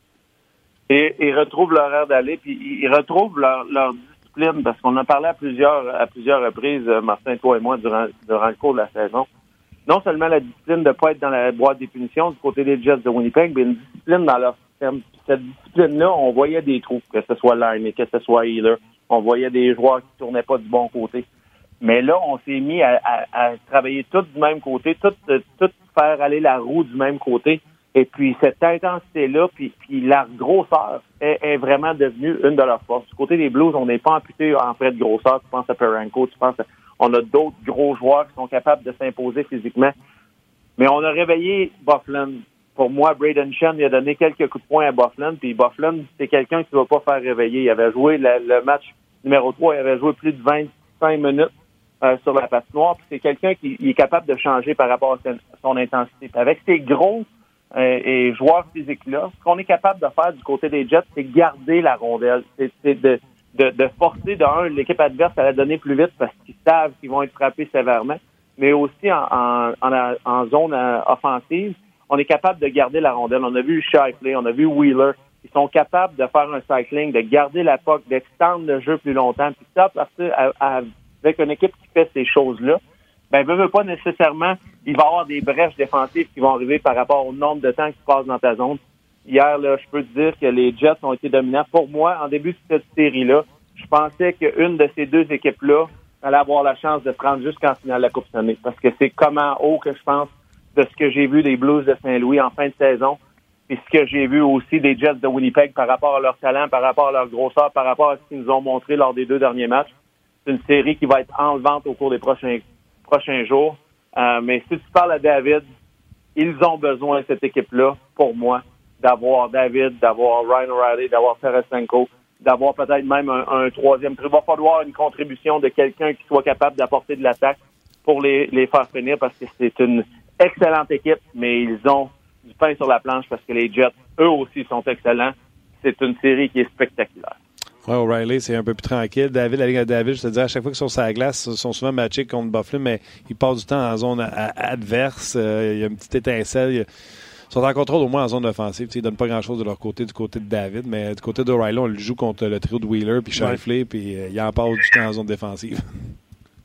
E: Et ils retrouvent l'horaire d'aller, puis ils retrouvent leur, leur discipline, parce qu'on en parlait à plusieurs, à plusieurs reprises, Martin, toi et moi, durant, durant le cours de la saison. Non seulement la discipline de ne pas être dans la boîte des punitions du côté des Jets de Winnipeg, mais une discipline dans leur système. Cette discipline-là, on voyait des trous, que ce soit Line, que ce soit Healer. On voyait des joueurs qui tournaient pas du bon côté. Mais là, on s'est mis à, à, à travailler tous du même côté, tout, tout faire aller la roue du même côté. Et puis, cette intensité-là, puis, puis la grosseur est, est vraiment devenue une de leurs forces. Du côté des Blues, on n'est pas amputé en fait de grosseur. Tu penses à Perenko, tu penses à... On a d'autres gros joueurs qui sont capables de s'imposer physiquement. Mais on a réveillé Byfuglien. Pour moi, Braden Shen, il a donné quelques coups de poing à Byfuglien. Puis Byfuglien, c'est quelqu'un qui ne va pas faire réveiller. Il avait joué le, le match numéro trois, il avait joué plus de vingt-cinq minutes euh, sur la patinoire. Puis c'est quelqu'un qui il est capable de changer par rapport à son intensité. Puis avec ces gros euh, et joueurs physiques-là, ce qu'on est capable de faire du côté des Jets, c'est garder la rondelle. C'est, c'est de, de, de forcer, de un, l'équipe adverse à la donner plus vite parce qu'ils savent qu'ils vont être frappés sévèrement, mais aussi en, en, en, en zone euh, offensive, on est capable de garder la rondelle. On a vu Shifley, on a vu Wheeler. Ils sont capables de faire un cycling, de garder la puck, d'extendre le jeu plus longtemps. Puis ça, parce que à, à, avec une équipe qui fait ces choses-là, ben, veut, veut pas nécessairement, il va y avoir des brèches défensives qui vont arriver par rapport au nombre de temps qui passe dans ta zone. Hier, là, je peux te dire que les Jets ont été dominants. Pour moi, en début de cette série-là, je pensais qu'une de ces deux équipes-là allait avoir la chance de se rendre jusqu'en finale de la Coupe Stanley. Parce que c'est comment haut que je pense de ce que j'ai vu des Blues de Saint-Louis en fin de saison. Et ce que j'ai vu aussi des Jets de Winnipeg par rapport à leur talent, par rapport à leur grosseur, par rapport à ce qu'ils nous ont montré lors des deux derniers matchs. C'est une série qui va être enlevante au cours des prochains prochains jours. Euh, mais si tu parles à David, ils ont besoin, cette équipe-là, pour moi, d'avoir David, d'avoir Ryan O'Reilly, d'avoir Tarasenko, d'avoir peut-être même un, un troisième. Il va falloir une contribution de quelqu'un qui soit capable d'apporter de l'attaque pour les, les faire finir parce que c'est une excellente équipe, mais ils ont du pain sur la planche parce que les Jets, eux aussi, sont excellents. C'est une série qui est spectaculaire.
A: Oui, O'Reilly, c'est un peu plus tranquille. David, la Ligue de David, je te dis, à chaque fois qu'ils sont sur la glace, ils sont souvent matchés contre Byfuglien, mais ils passent du temps en zone a- a- adverse. Euh, il y a une petite étincelle. Ils sont en contrôle au moins en zone offensive. T'sais, ils ne donnent pas grand-chose de leur côté, du côté de David, mais du côté d'O'Reilly, on le joue contre le trio de Wheeler puis Shifley, puis euh, il en passe du temps en zone défensive.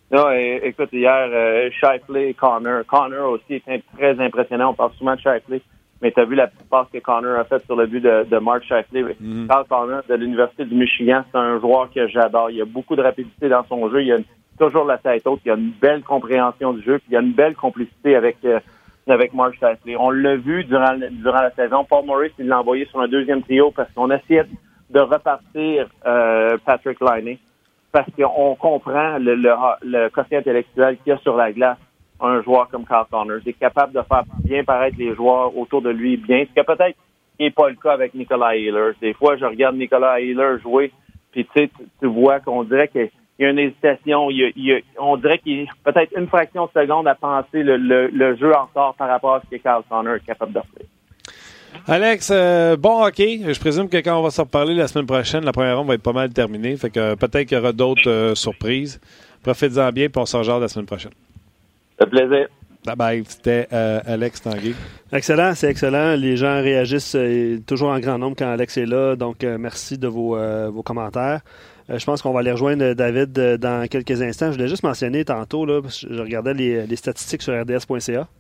E: Non, et, écoute, hier, euh, Shifley, Connor. Connor aussi était très impressionnant. On parle souvent de Shifley, mais tu as vu la petite passe que Connor a faite sur le but de, de Mark Shifley. Mm-hmm. Carl Connor de l'Université du Michigan, c'est un joueur que j'adore. Il a beaucoup de rapidité dans son jeu. Il a toujours la tête haute. Il a une belle compréhension du jeu. Puis il a une belle complicité avec euh, avec Mark Shifley. On l'a vu durant, durant la saison. Paul Maurice, il l'a envoyé sur un deuxième trio parce qu'on essayait de repartir euh, Patrick Laine. Parce qu'on comprend le, le, le quotient intellectuel qu'il y a sur la glace, un joueur comme Carl Connor. Il est capable de faire bien paraître les joueurs autour de lui bien. Ce que peut-être n'est pas le cas avec Nicolas Ehlers. Des fois, je regarde Nicolas Ehlers jouer, puis tu sais, tu, tu vois qu'on dirait qu'il y a une hésitation. Il y a, il y a, on dirait qu'il y a peut-être une fraction de seconde à penser le, le, le jeu encore par rapport à ce que Carl Connor est capable de faire.
A: Alex, euh, bon hockey. Je présume que quand on va se reparler la semaine prochaine, la première ronde va être pas mal terminée. Fait que euh, peut-être qu'il y aura d'autres euh, surprises. Profitez-en bien, puis on s'en rejoint la semaine prochaine.
E: Ça fait plaisir.
A: Bye bye. C'était euh, Alex Tanguay.
B: Excellent, c'est excellent. Les gens réagissent euh, toujours en grand nombre quand Alex est là. Donc, euh, merci de vos, euh, vos commentaires. Euh, je pense qu'on va aller rejoindre David euh, dans quelques instants. Je voulais juste mentionner tantôt, là, parce que je regardais les, les statistiques sur R D S point C A.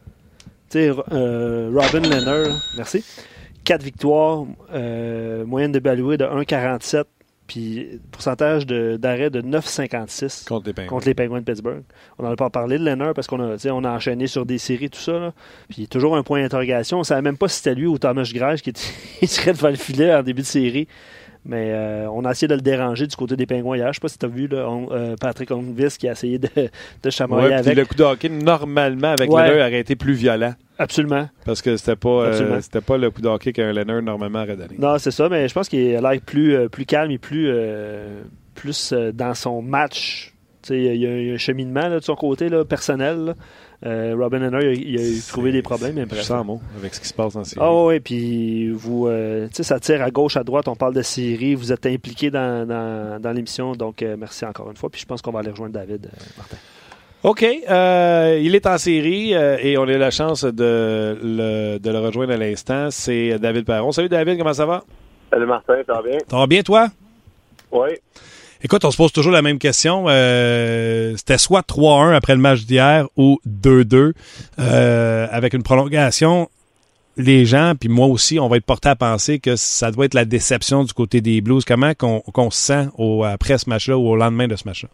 B: Tu sais, euh, Robin Lehner, merci. Quatre victoires, euh, moyenne de baloué de un virgule quarante-sept, puis pourcentage de, d'arrêt de neuf virgule cinquante-six
A: contre les Penguins.
B: Contre les Penguins de Pittsburgh. On n'en a pas parlé de Lehner parce qu'on a, on a enchaîné sur des séries, tout ça. Là. Puis toujours un point d'interrogation. On ne savait même pas si c'était lui ou Thomas Greisch qui était, serait devant le filet en début de série. Mais euh, on a essayé de le déranger du côté des Pingouins hier. Je ne sais pas si tu as vu là, on, euh, Patrick Holmqvist qui a essayé de, de chamoyer
A: ouais,
B: avec.
A: Le coup de hockey, normalement, avec
B: ouais.
A: Lehner, aurait été plus violent.
B: Absolument.
A: Parce que c'était pas, euh, c'était pas le coup de hockey qu'un Lehner normalement aurait donné.
B: Non, c'est ça, mais je pense qu'il a l'air plus, euh, plus calme et plus, euh, plus euh, dans son match. Il y, y a un cheminement là, de son côté là, personnel. Là. Euh, Robin Lehner, il a, il a trouvé des problèmes. Mais bref.
A: Sans mots avec ce qui se passe dans série.
B: Ah oh, oui, puis vous, euh, ça tire à gauche, à droite. On parle de série. Vous êtes impliqués dans, dans, dans l'émission. Donc, euh, merci encore une fois. Puis je pense qu'on va aller rejoindre David, euh, Martin.
A: OK. Euh, il est en série euh, et on a eu la chance de le, de le rejoindre à l'instant. C'est David Perron. Salut David, comment ça va?
F: Salut Martin, ça va bien?
A: Ça va bien, toi?
F: Oui.
A: Écoute, on se pose toujours la même question. Euh, c'était soit trois un après le match d'hier ou deux deux euh, avec une prolongation. Les gens, puis moi aussi, on va être porté à penser que ça doit être la déception du côté des Blues. Comment qu'on, qu'on se sent au, après ce match-là ou au lendemain de ce match-là?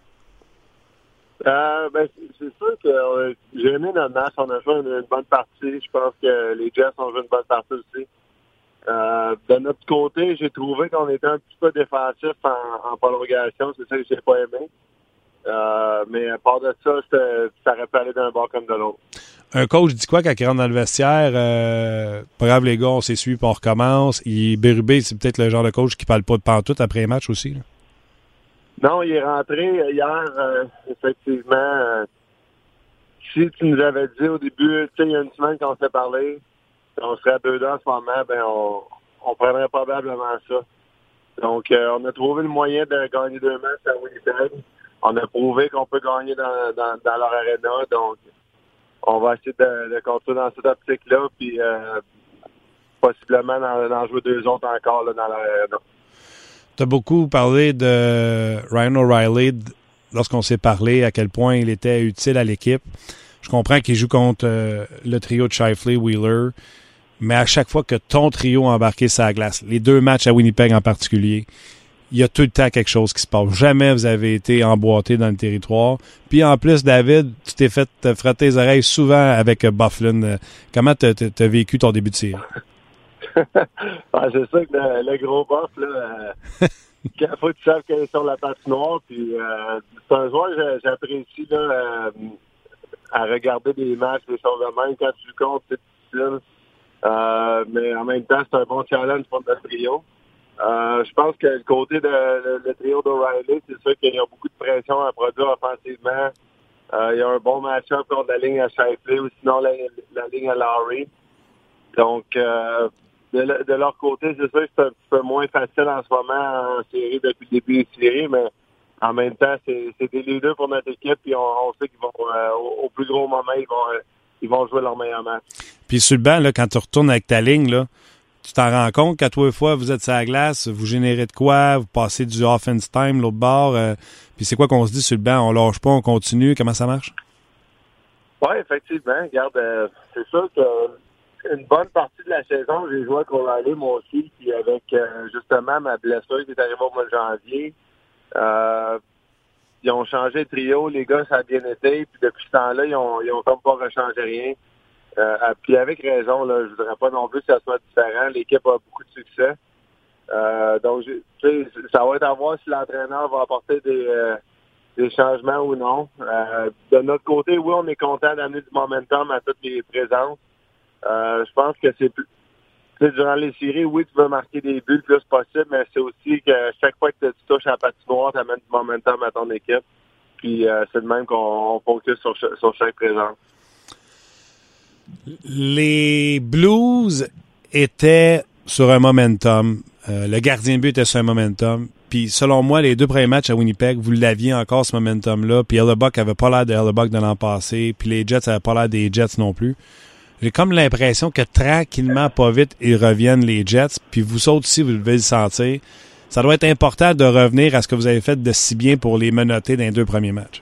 F: Euh, ben, c'est sûr que euh, j'ai aimé notre match. On a joué une, une bonne partie. Je pense que les Jets ont joué une bonne partie aussi. Euh, de notre côté, j'ai trouvé qu'on était un petit peu défensif en, en prolongation. C'est ça que j'ai pas aimé. Euh, mais à part de ça, ça aurait pu aller d'un bord comme de l'autre.
A: Un coach dit quoi quand il rentre dans le vestiaire? Euh, brave les gars, on s'essuie puis on recommence. Il, Bérubé, c'est peut-être le genre de coach qui parle pas de pantoute après un match aussi. Là.
F: Non, il est rentré hier, euh, effectivement. Euh, si tu nous avais dit au début, tu sais, il y a une semaine qu'on s'est parlé, on serait à deux deux en ce moment, ben on, on prendrait probablement ça. Donc, euh, on a trouvé le moyen de gagner deux matchs à Winnipeg. On a prouvé qu'on peut gagner dans, dans, dans leur aréna. Donc, on va essayer de, de continuer dans cette optique-là, puis euh, possiblement d'en, d'en jouer deux autres encore là, dans leur aréna.
A: Tu as beaucoup parlé de Ryan O'Reilly lorsqu'on s'est parlé, à quel point il était utile à l'équipe. Je comprends qu'il joue contre euh, le trio de Shifley, Wheeler, mais à chaque fois que ton trio a embarqué sa glace, les deux matchs à Winnipeg en particulier, il y a tout le temps quelque chose qui se passe. Jamais vous avez été emboîté dans le territoire. Puis en plus, David, tu t'es fait te frotter les oreilles souvent avec Byfuglien. Comment tu as vécu ton début de série?
F: ah, c'est ça que le, le gros boss, là, euh, il faut que tu saches qu'il est sur la patinoire. Puis, euh, c'est un joueur que j'apprécie là, euh, à regarder des matchs, des choses de même. Quand tu le comptes, c'est difficile. Euh, mais en même temps, c'est un bon challenge pour notre trio. Euh, je pense que le côté de le, le trio d'O'Reilly, c'est sûr qu'il y a beaucoup de pression à produire offensivement. Euh, il y a un bon match-up contre la ligne à Shifley ou sinon la, la ligne à Lowry. Donc, euh, de, de leur côté, c'est sûr que c'est un petit peu moins facile en ce moment en série depuis le début des séries, mais en même temps, c'est, c'est des leaders pour notre équipe et on, on sait qu'ils vont, euh, au, au plus gros moment, ils vont, euh, ils vont jouer leur meilleur match.
A: Puis sur le banc, là, quand tu retournes avec ta ligne, là, tu t'en rends compte qu'à trois fois, vous êtes sur la glace, vous générez de quoi, vous passez du offense time, l'autre bord, euh, puis c'est quoi qu'on se dit sur le banc? On lâche pas, on continue, comment ça marche?
F: Oui, effectivement. Regarde, euh, c'est sûr que une bonne partie de la saison, j'ai joué à Colorado, moi aussi, puis avec euh, justement ma blessure qui est arrivée au mois de janvier. Euh, ils ont changé de trio, les gars, ça a bien été, puis depuis ce temps-là, ils ont, ils ont comme pas rechangé rien. Euh, puis avec raison, là, je voudrais pas non plus que ça soit différent. L'équipe a beaucoup de succès. Euh, donc, tu sais, ça va être à voir si l'entraîneur va apporter des, euh, des changements ou non. Euh, de notre côté, oui, on est content d'amener du momentum à toutes les présences. Euh, je pense que c'est plus... Tu sais, durant les séries, oui, tu veux marquer des buts le plus possible, mais c'est aussi que chaque fois que tu touches à la patinoire, tu amènes du momentum à ton équipe. Puis euh, c'est de même qu'on on focus sur, sur chaque présence.
A: Les Blues étaient sur un momentum. Euh, le gardien de but était sur un momentum. Puis, selon moi, les deux premiers matchs à Winnipeg, vous l'aviez encore, ce momentum-là. Puis, Hellebuck avait pas l'air de Hellebuck de l'an passé. Puis, les Jets avaient pas l'air des Jets non plus. J'ai comme l'impression que tranquillement, pas vite, ils reviennent, les Jets. Puis, vous autres aussi, vous devez le sentir. Ça doit être important de revenir à ce que vous avez fait de si bien pour les menotter dans les deux premiers matchs.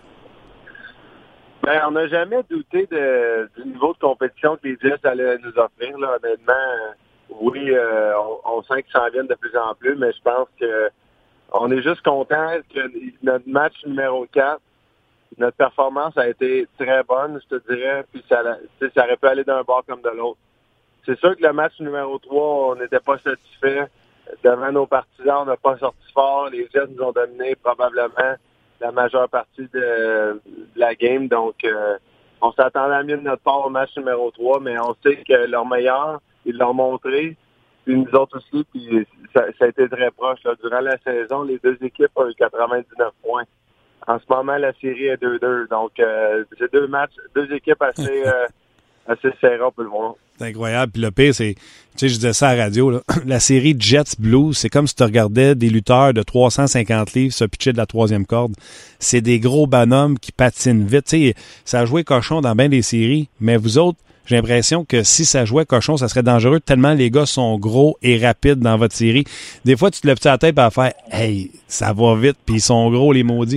F: Ben, on n'a jamais douté de, du niveau de compétition que les Jets allaient nous offrir. Là. Honnêtement, oui, euh, on, on sent qu'ils s'en viennent de plus en plus, mais je pense que on est juste content que notre match numéro quatre, notre performance a été très bonne, je te dirais, puis ça, ça aurait pu aller d'un bord comme de l'autre. C'est sûr que le match numéro trois, on n'était pas satisfait. Devant nos partisans, on n'a pas sorti fort. Les Jets nous ont dominé probablement la majeure partie de, de la game. Donc, euh, on s'attendait à mieux de notre part au match numéro trois, mais on sait que leur meilleur, ils l'ont montré. Puis nous autres aussi, puis ça, ça a été très proche. Là. Durant la saison, les deux équipes ont eu quatre-vingt-dix-neuf points. En ce moment, la série est deux deux. Donc, euh, c'est deux matchs, deux équipes assez, euh, assez serrées, on peut le voir.
A: C'est incroyable. Puis le pire, c'est, tu sais, je disais ça à la radio, là, la série Jets Blues, c'est comme si tu regardais des lutteurs de trois cent cinquante livres se pitcher de la troisième corde. C'est des gros bonhommes qui patinent vite. Tu sais, ça a joué cochon dans bien des séries, mais vous autres, j'ai l'impression que si ça jouait cochon, ça serait dangereux tellement les gars sont gros et rapides dans votre série. Des fois, tu te lèves à la tête et à faire « Hey, ça va vite, puis ils sont gros, les maudits. »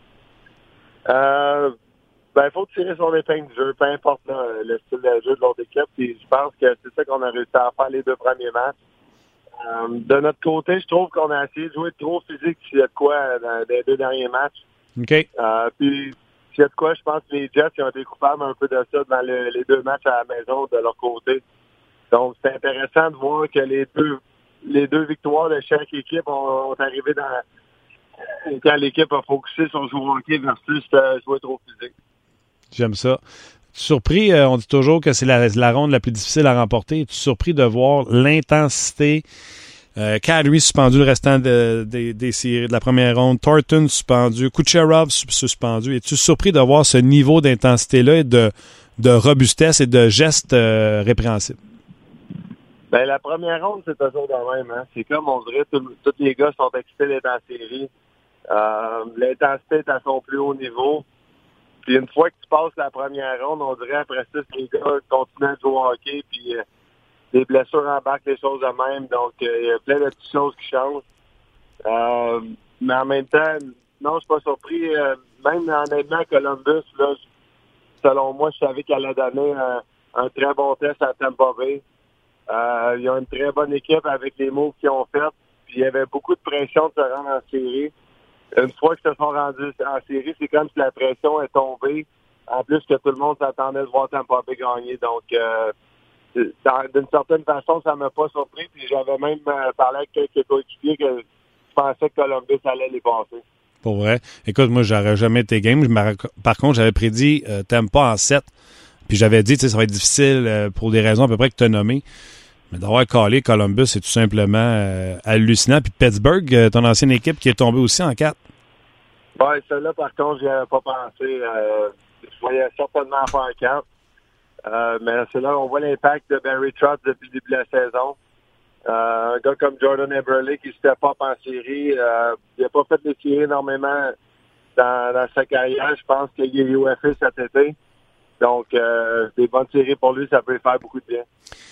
F: Euh... Ben, il faut tirer son épingle du jeu, peu importe là, le style de jeu de l'autre équipe. Puis je pense que c'est ça qu'on a réussi à faire les deux premiers matchs. Euh, de notre côté, je trouve qu'on a essayé de jouer trop physique s'il y a de quoi dans les deux derniers matchs.
A: OK.
F: Euh, puis s'il y a de quoi, je pense que les Jets ont été coupables un peu de ça dans le, les deux matchs à la maison de leur côté. Donc c'est intéressant de voir que les deux les deux victoires de chaque équipe ont, ont arrivé dans quand l'équipe a focusé sur jouer au hockey versus euh, jouer trop physique.
A: J'aime ça. Tu es surpris, euh, on dit toujours que c'est la, la ronde la plus difficile à remporter. Tu es surpris de voir l'intensité. Euh, Kadri suspendu le restant de, de, des séries de la première ronde. Thornton suspendu. Kucherov suspendu. Es-tu surpris de voir ce niveau d'intensité-là et de, de robustesse et de gestes euh, répréhensibles?
F: Ben, la première ronde, c'est toujours de même. Hein? C'est comme, on dirait, tous les gars sont excités d'être en série. Euh, l'intensité est à son plus haut niveau. Puis une fois que tu passes la première ronde, on dirait après ça, les gars continuent à jouer au hockey, puis euh, les blessures embarquent, les choses de même. Donc, il euh, y a plein de petites choses qui changent. Euh, mais en même temps, non, je suis pas surpris. Euh, même honnêtement, Columbus, là, selon moi, je savais qu'elle allait donner un, un très bon test à Tampa Bay. Euh, ils ont une très bonne équipe avec les moves qu'ils ont fait. Puis il y avait beaucoup de pression de se rendre en série. Une fois qu'ils se sont rendus en série, c'est comme si la pression est tombée. En plus que tout le monde s'attendait de voir Tampa Bay gagner. Donc, euh, d'une certaine façon, ça m'a pas surpris. Puis j'avais même euh, parlé avec quelques coéquipiers que je pensais que Columbus allait les passer.
A: Pour vrai. Écoute, moi, j'aurais jamais été game. Par contre, j'avais prédit euh, Tampa en sept. Puis j'avais dit, tu sais, ça va être difficile euh, pour des raisons à peu près que tu as nommées. Mais d'avoir calé Columbus, c'est tout simplement euh, hallucinant. Puis Pittsburgh, euh, ton ancienne équipe qui est tombée aussi en quatre.
F: Oui, celle-là, par contre, j'y avais pas pensé. Euh, je voyais certainement faire en quatre. Euh, mais c'est là qu'on voit l'impact de Barry Trotz depuis le début de la saison. Euh, un gars comme Jordan Eberle qui se pas en série. Euh, il n'a pas fait de séries énormément dans, dans sa carrière. Je pense qu'il est U F A cet été. Donc, euh, des bonnes séries pour lui, ça peut faire beaucoup de bien.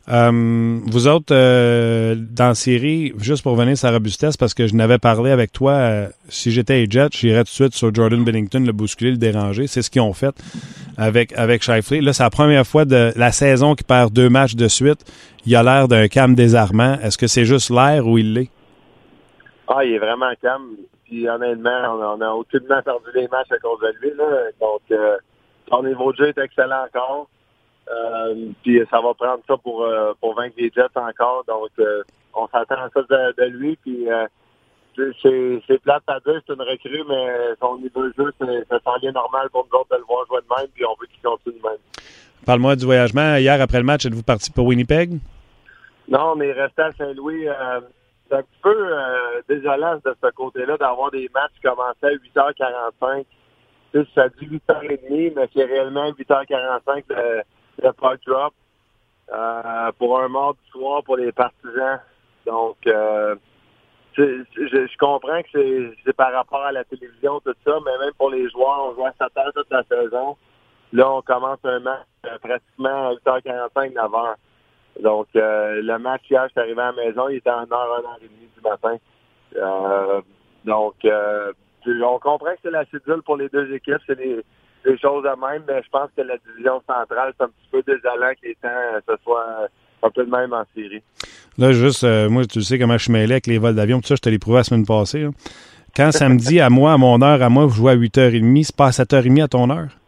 A: Euh, vous autres, euh, dans la série, juste pour venir sur la robustesse, parce que je n'avais parlé avec toi, euh, si j'étais Jet, j'irais tout de suite sur Jordan Binnington, le bousculer, le déranger. C'est ce qu'ils ont fait avec avec Scheifele. Là, c'est la première fois de la saison qu'il perd deux matchs de suite. Il a l'air d'un calme désarmant. Est-ce que c'est juste l'air ou il l'est?
F: Ah, il est vraiment calme. Puis honnêtement, on a aucunement perdu les matchs à cause de lui. Là. Donc, euh, son niveau de jeu est excellent encore. Euh, puis ça va prendre ça pour euh, pour vaincre les Jets encore. Donc, euh, on s'attend à ça de, de lui. Puis euh, c'est, c'est plate à dire, c'est une recrue, mais son niveau de jeu, c'est, ça sent bien normal pour nous autres de le voir jouer de même. Puis on veut qu'il continue de même.
A: Parle-moi du voyagement. Hier, après le match, êtes-vous parti pour Winnipeg?
F: Non, on est resté à Saint-Louis. Euh, c'est un petit peu euh, désolant de ce côté-là d'avoir des matchs qui commençaient à huit heures quarante-cinq. Tu sais, ça dit huit heures trente, mais c'est réellement huit heures quarante-cinq le, le puck drop euh, pour un mardi soir pour les partisans. Donc, euh, je, je comprends que c'est, c'est par rapport à la télévision, tout ça, mais même pour les joueurs, on joue à sept heures toute la saison. Là, on commence un match euh, pratiquement à huit heures quarante-cinq, neuf heures. Donc, euh, le match hier, je suis arrivé à la maison, il était en heure, une heure et demie du matin. Euh, donc, euh, on comprend que c'est la cédule pour les deux équipes, c'est des, des choses de même, mais je pense que la division centrale, c'est un petit peu désolant que les temps, ce soit un peu de même en série.
A: Là, juste, euh, moi, tu sais comment je suis mêlé avec les vols d'avion, tout ça, je te l'ai prouvé la semaine passée. Là. Quand samedi, à moi, à mon heure, à moi, vous jouez à huit heures trente, c'est pas à sept heures trente à ton heure?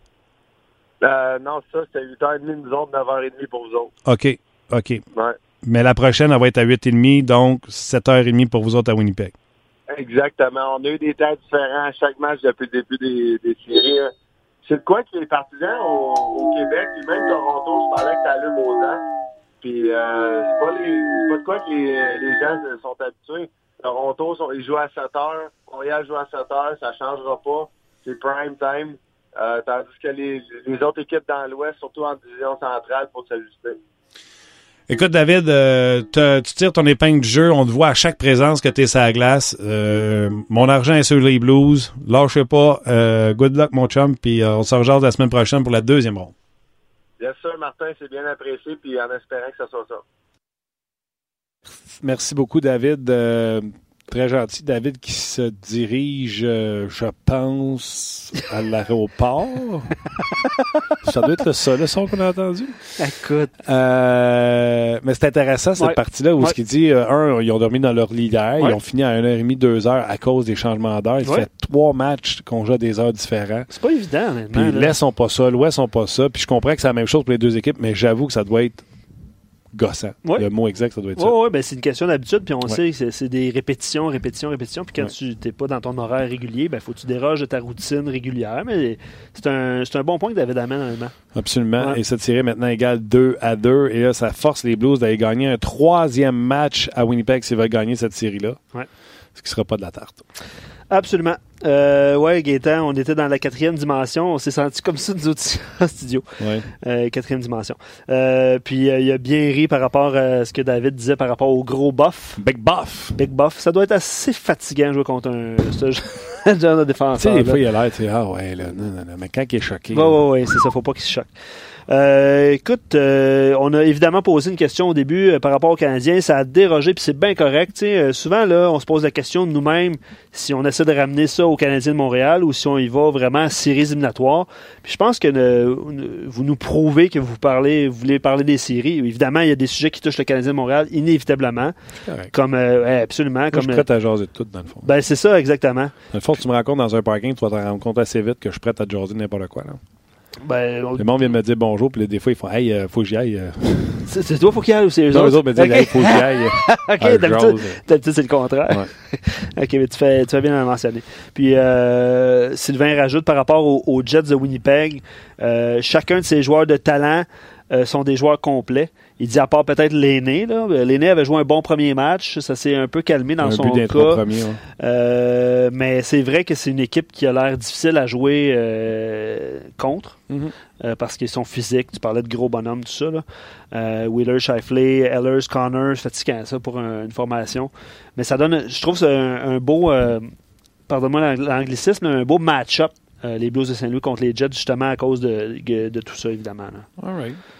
F: Euh, non, ça, c'était huit heures trente, nous autres, neuf heures trente pour vous autres.
A: OK, OK.
F: Ouais.
A: Mais la prochaine, elle va être à huit heures trente, donc sept heures trente pour vous autres à Winnipeg.
F: Exactement. On a eu des temps différents à chaque match depuis le début des, des séries. Hein. C'est de quoi que les partisans au, au Québec, puis même Toronto, je parlais que ça allume aux dents. Puis euh, c'est pas les, c'est pas de quoi que les, les gens sont habitués. Toronto, sont, ils jouent à sept heures. Montréal joue à sept heures. Ça changera pas. C'est prime time. Euh, tandis que les, les autres équipes dans l'Ouest, surtout en division centrale, faut s'ajuster.
A: Écoute, David, euh, tu tires ton épingle du jeu. On te voit à chaque présence que tu es sur la glace. Euh, mon argent est sur les Blues. Lâchez pas. Euh, good luck, mon chum. Puis euh, on se rejase la semaine prochaine pour la deuxième ronde.
F: Bien sûr, Martin, c'est bien apprécié. Puis en espérant que ça soit ça.
A: Merci beaucoup, David. Euh, très gentil. David qui se dirige, euh, je pense, à l'aéroport. Ça doit être ça, le son qu'on a entendu.
B: Écoute.
A: Euh, mais c'est intéressant, cette
B: ouais.
A: partie-là, où
B: ouais.
A: ce qu'il dit, euh, un, ils ont dormi dans leur lit hier,
B: ouais.
A: ils ont fini à une heure trente, deux heures à cause des changements d'heure. Il ouais. fait trois matchs qu'on joue à des heures différentes.
B: C'est pas évident, honnêtement.
A: Puis l'Est sont pas ça, l'Ouest sont pas ça. Puis je comprends que c'est la même chose pour les deux équipes, mais j'avoue que ça doit être gossant. Ouais. Le mot exact, ça doit être
B: ouais,
A: ça.
B: Oui, ben c'est une question d'habitude, puis on
A: ouais.
B: sait que c'est, c'est des répétitions, répétitions, répétitions, puis quand ouais. tu n'es pas dans ton horaire régulier, ben faut que tu déroges de ta routine régulière, mais c'est un, c'est un bon point que David amène, honnêtement.
A: Absolument,
B: ouais.
A: et cette série maintenant égale deux à deux, et là, ça force les Blues d'aller gagner un troisième match à Winnipeg s'ils veulent gagner cette série-là,
B: ouais.
A: ce qui ne sera pas de la tarte.
B: Absolument. Euh, ouais, Gaétan, on était dans la quatrième dimension. On s'est senti comme ça, nous autres, en studio.
A: Ouais.
B: Euh, quatrième dimension. Euh, puis, euh, il a bien ri par rapport à ce que David disait par rapport au gros buff.
A: Big buff.
B: Big buff. Ça doit être assez fatigant de jouer contre un ce genre de défenseur.
A: Tu sais, des fois, il a l'air, tu sais, ah ouais, là, non, non, non, mais quand il est choqué.
B: Ouais, ouais, ouais, c'est ça. Faut pas qu'il se choque. Euh, écoute, euh, on a évidemment posé une question au début euh, par rapport aux Canadiens. Ça a dérogé, puis c'est bien correct. Euh, souvent, là, on se pose la question de nous-mêmes si on essaie de ramener ça aux Canadiens de Montréal ou si on y va vraiment à séries éliminatoires. Puis je pense que euh, vous nous prouvez que vous parlez, vous voulez parler des séries. Évidemment, il y a des sujets qui touchent le Canadien de Montréal, inévitablement.
A: Correct.
B: Comme, euh, absolument.
A: Moi,
B: comme,
A: je suis prêt à jaser de tout, dans le fond.
B: Ben, c'est ça, exactement.
A: Dans le fond, tu me rencontres dans un parking, tu vas te rendre compte assez vite que je suis prêt à te jaser n'importe quoi, là.
B: Ben, on...
A: Le monde vient de me dire bonjour, puis là, des fois, ils font Hey, euh, faut que j'y aille.
B: C'est, c'est toi, faut qu'il y aille ou c'est eux
A: non,
B: autres?
A: eux autres me disent okay. Hey, faut que j'y aille.
B: OK, ah, d'habitude, d'habitude, c'est le contraire. Ouais. OK, mais tu fais, tu fais bien le mentionner. Puis, euh, Sylvain rajoute par rapport aux, aux Jets de Winnipeg, euh, chacun de ces joueurs de talent euh, sont des joueurs complets. Il dit à part peut-être Lainé, là. Lainé avait joué un bon premier match. Ça s'est un peu calmé dans
A: un
B: son
A: but
B: cas.
A: Premier, ouais.
B: euh, mais c'est vrai que c'est une équipe qui a l'air difficile à jouer euh, contre. Mm-hmm. Euh, parce qu'ils sont physiques. Tu parlais de gros bonhommes, tout ça. Là. Euh, Wheeler, Scheifele, Ehlers, Connors, fatigant ça pour un, une formation. Mais ça donne, je trouve, c'est un, un beau, euh, pardonne-moi l'anglicisme, un beau match-up, euh, les Blues de Saint-Louis contre les Jets, justement à cause de, de, de tout ça, évidemment. Là.
A: All right.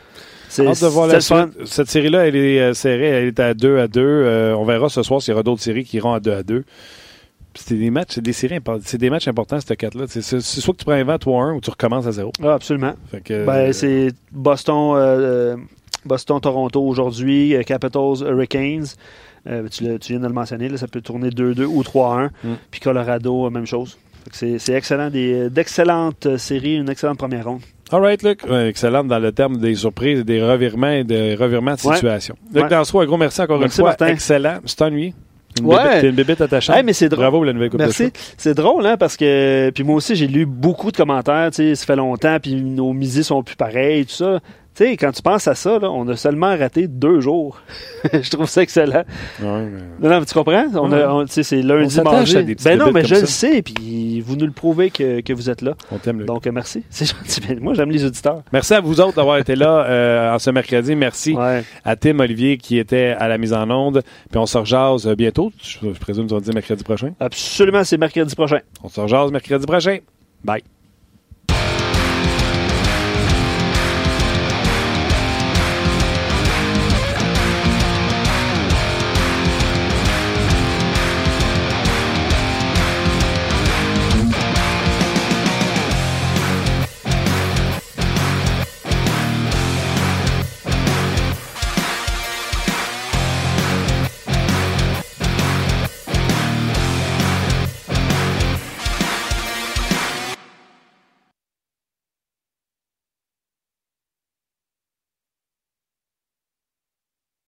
B: C'est,
A: hâte de voir la
B: fun.
A: suite. Cette série-là, elle est euh, serrée. Elle est à deux à deux. Euh, on verra ce soir s'il y aura d'autres séries qui iront à deux à deux. C'est des matchs, c'est des séries importantes. C'est des matchs importants, cette quatre-là. C'est, c'est, c'est soit que tu prends un vingt trois un ou tu recommences à zéro.
B: Ah, absolument.
A: Fait que,
B: ben,
A: euh,
B: c'est Boston, euh, Boston, Toronto aujourd'hui, Capitals, Hurricanes. Euh, tu, le, tu viens de le mentionner, là, ça peut tourner deux deux ou trois un. Mm. Puis Colorado, même chose. Fait que c'est, c'est excellent. Des, d'excellentes séries, une excellente première ronde.
A: All right, Luc. Ouais, excellente dans le terme des surprises, des revirements et des revirements de situation. Ouais. Luc ouais. Dansereau, un gros merci encore merci, une fois. Martin. Excellent. C'est ennuyé. Une
B: ouais.
A: bébête, t'es une bébête attachante.
B: Hey, mais c'est drôle.
A: Bravo pour la nouvelle coupe
B: Merci.
A: de choix.
B: C'est drôle, hein, parce que puis moi aussi, j'ai lu beaucoup de commentaires, tu sais, ça fait longtemps, puis nos misées sont plus pareilles, tout ça. Tu sais, quand tu penses à ça, là, on a seulement raté deux jours. Je trouve ça excellent. Ouais, mais... Non, non, mais tu comprends? On
A: ouais.
B: a, on, c'est lundi, mardi. Ben non, mais je
A: ça.
B: le sais, puis vous nous le prouvez que, que vous êtes là.
A: On t'aime, Luc.
B: Donc, euh, merci. C'est gentil. Moi, j'aime les auditeurs.
A: Merci à vous autres d'avoir été là euh, en ce mercredi. Merci
B: ouais.
A: à Tim Olivier qui était à la mise en onde. Puis on se rejase bientôt. Je, je présume que tu vas dire mercredi prochain.
B: Absolument, c'est mercredi prochain.
A: On se rejase mercredi prochain. Bye.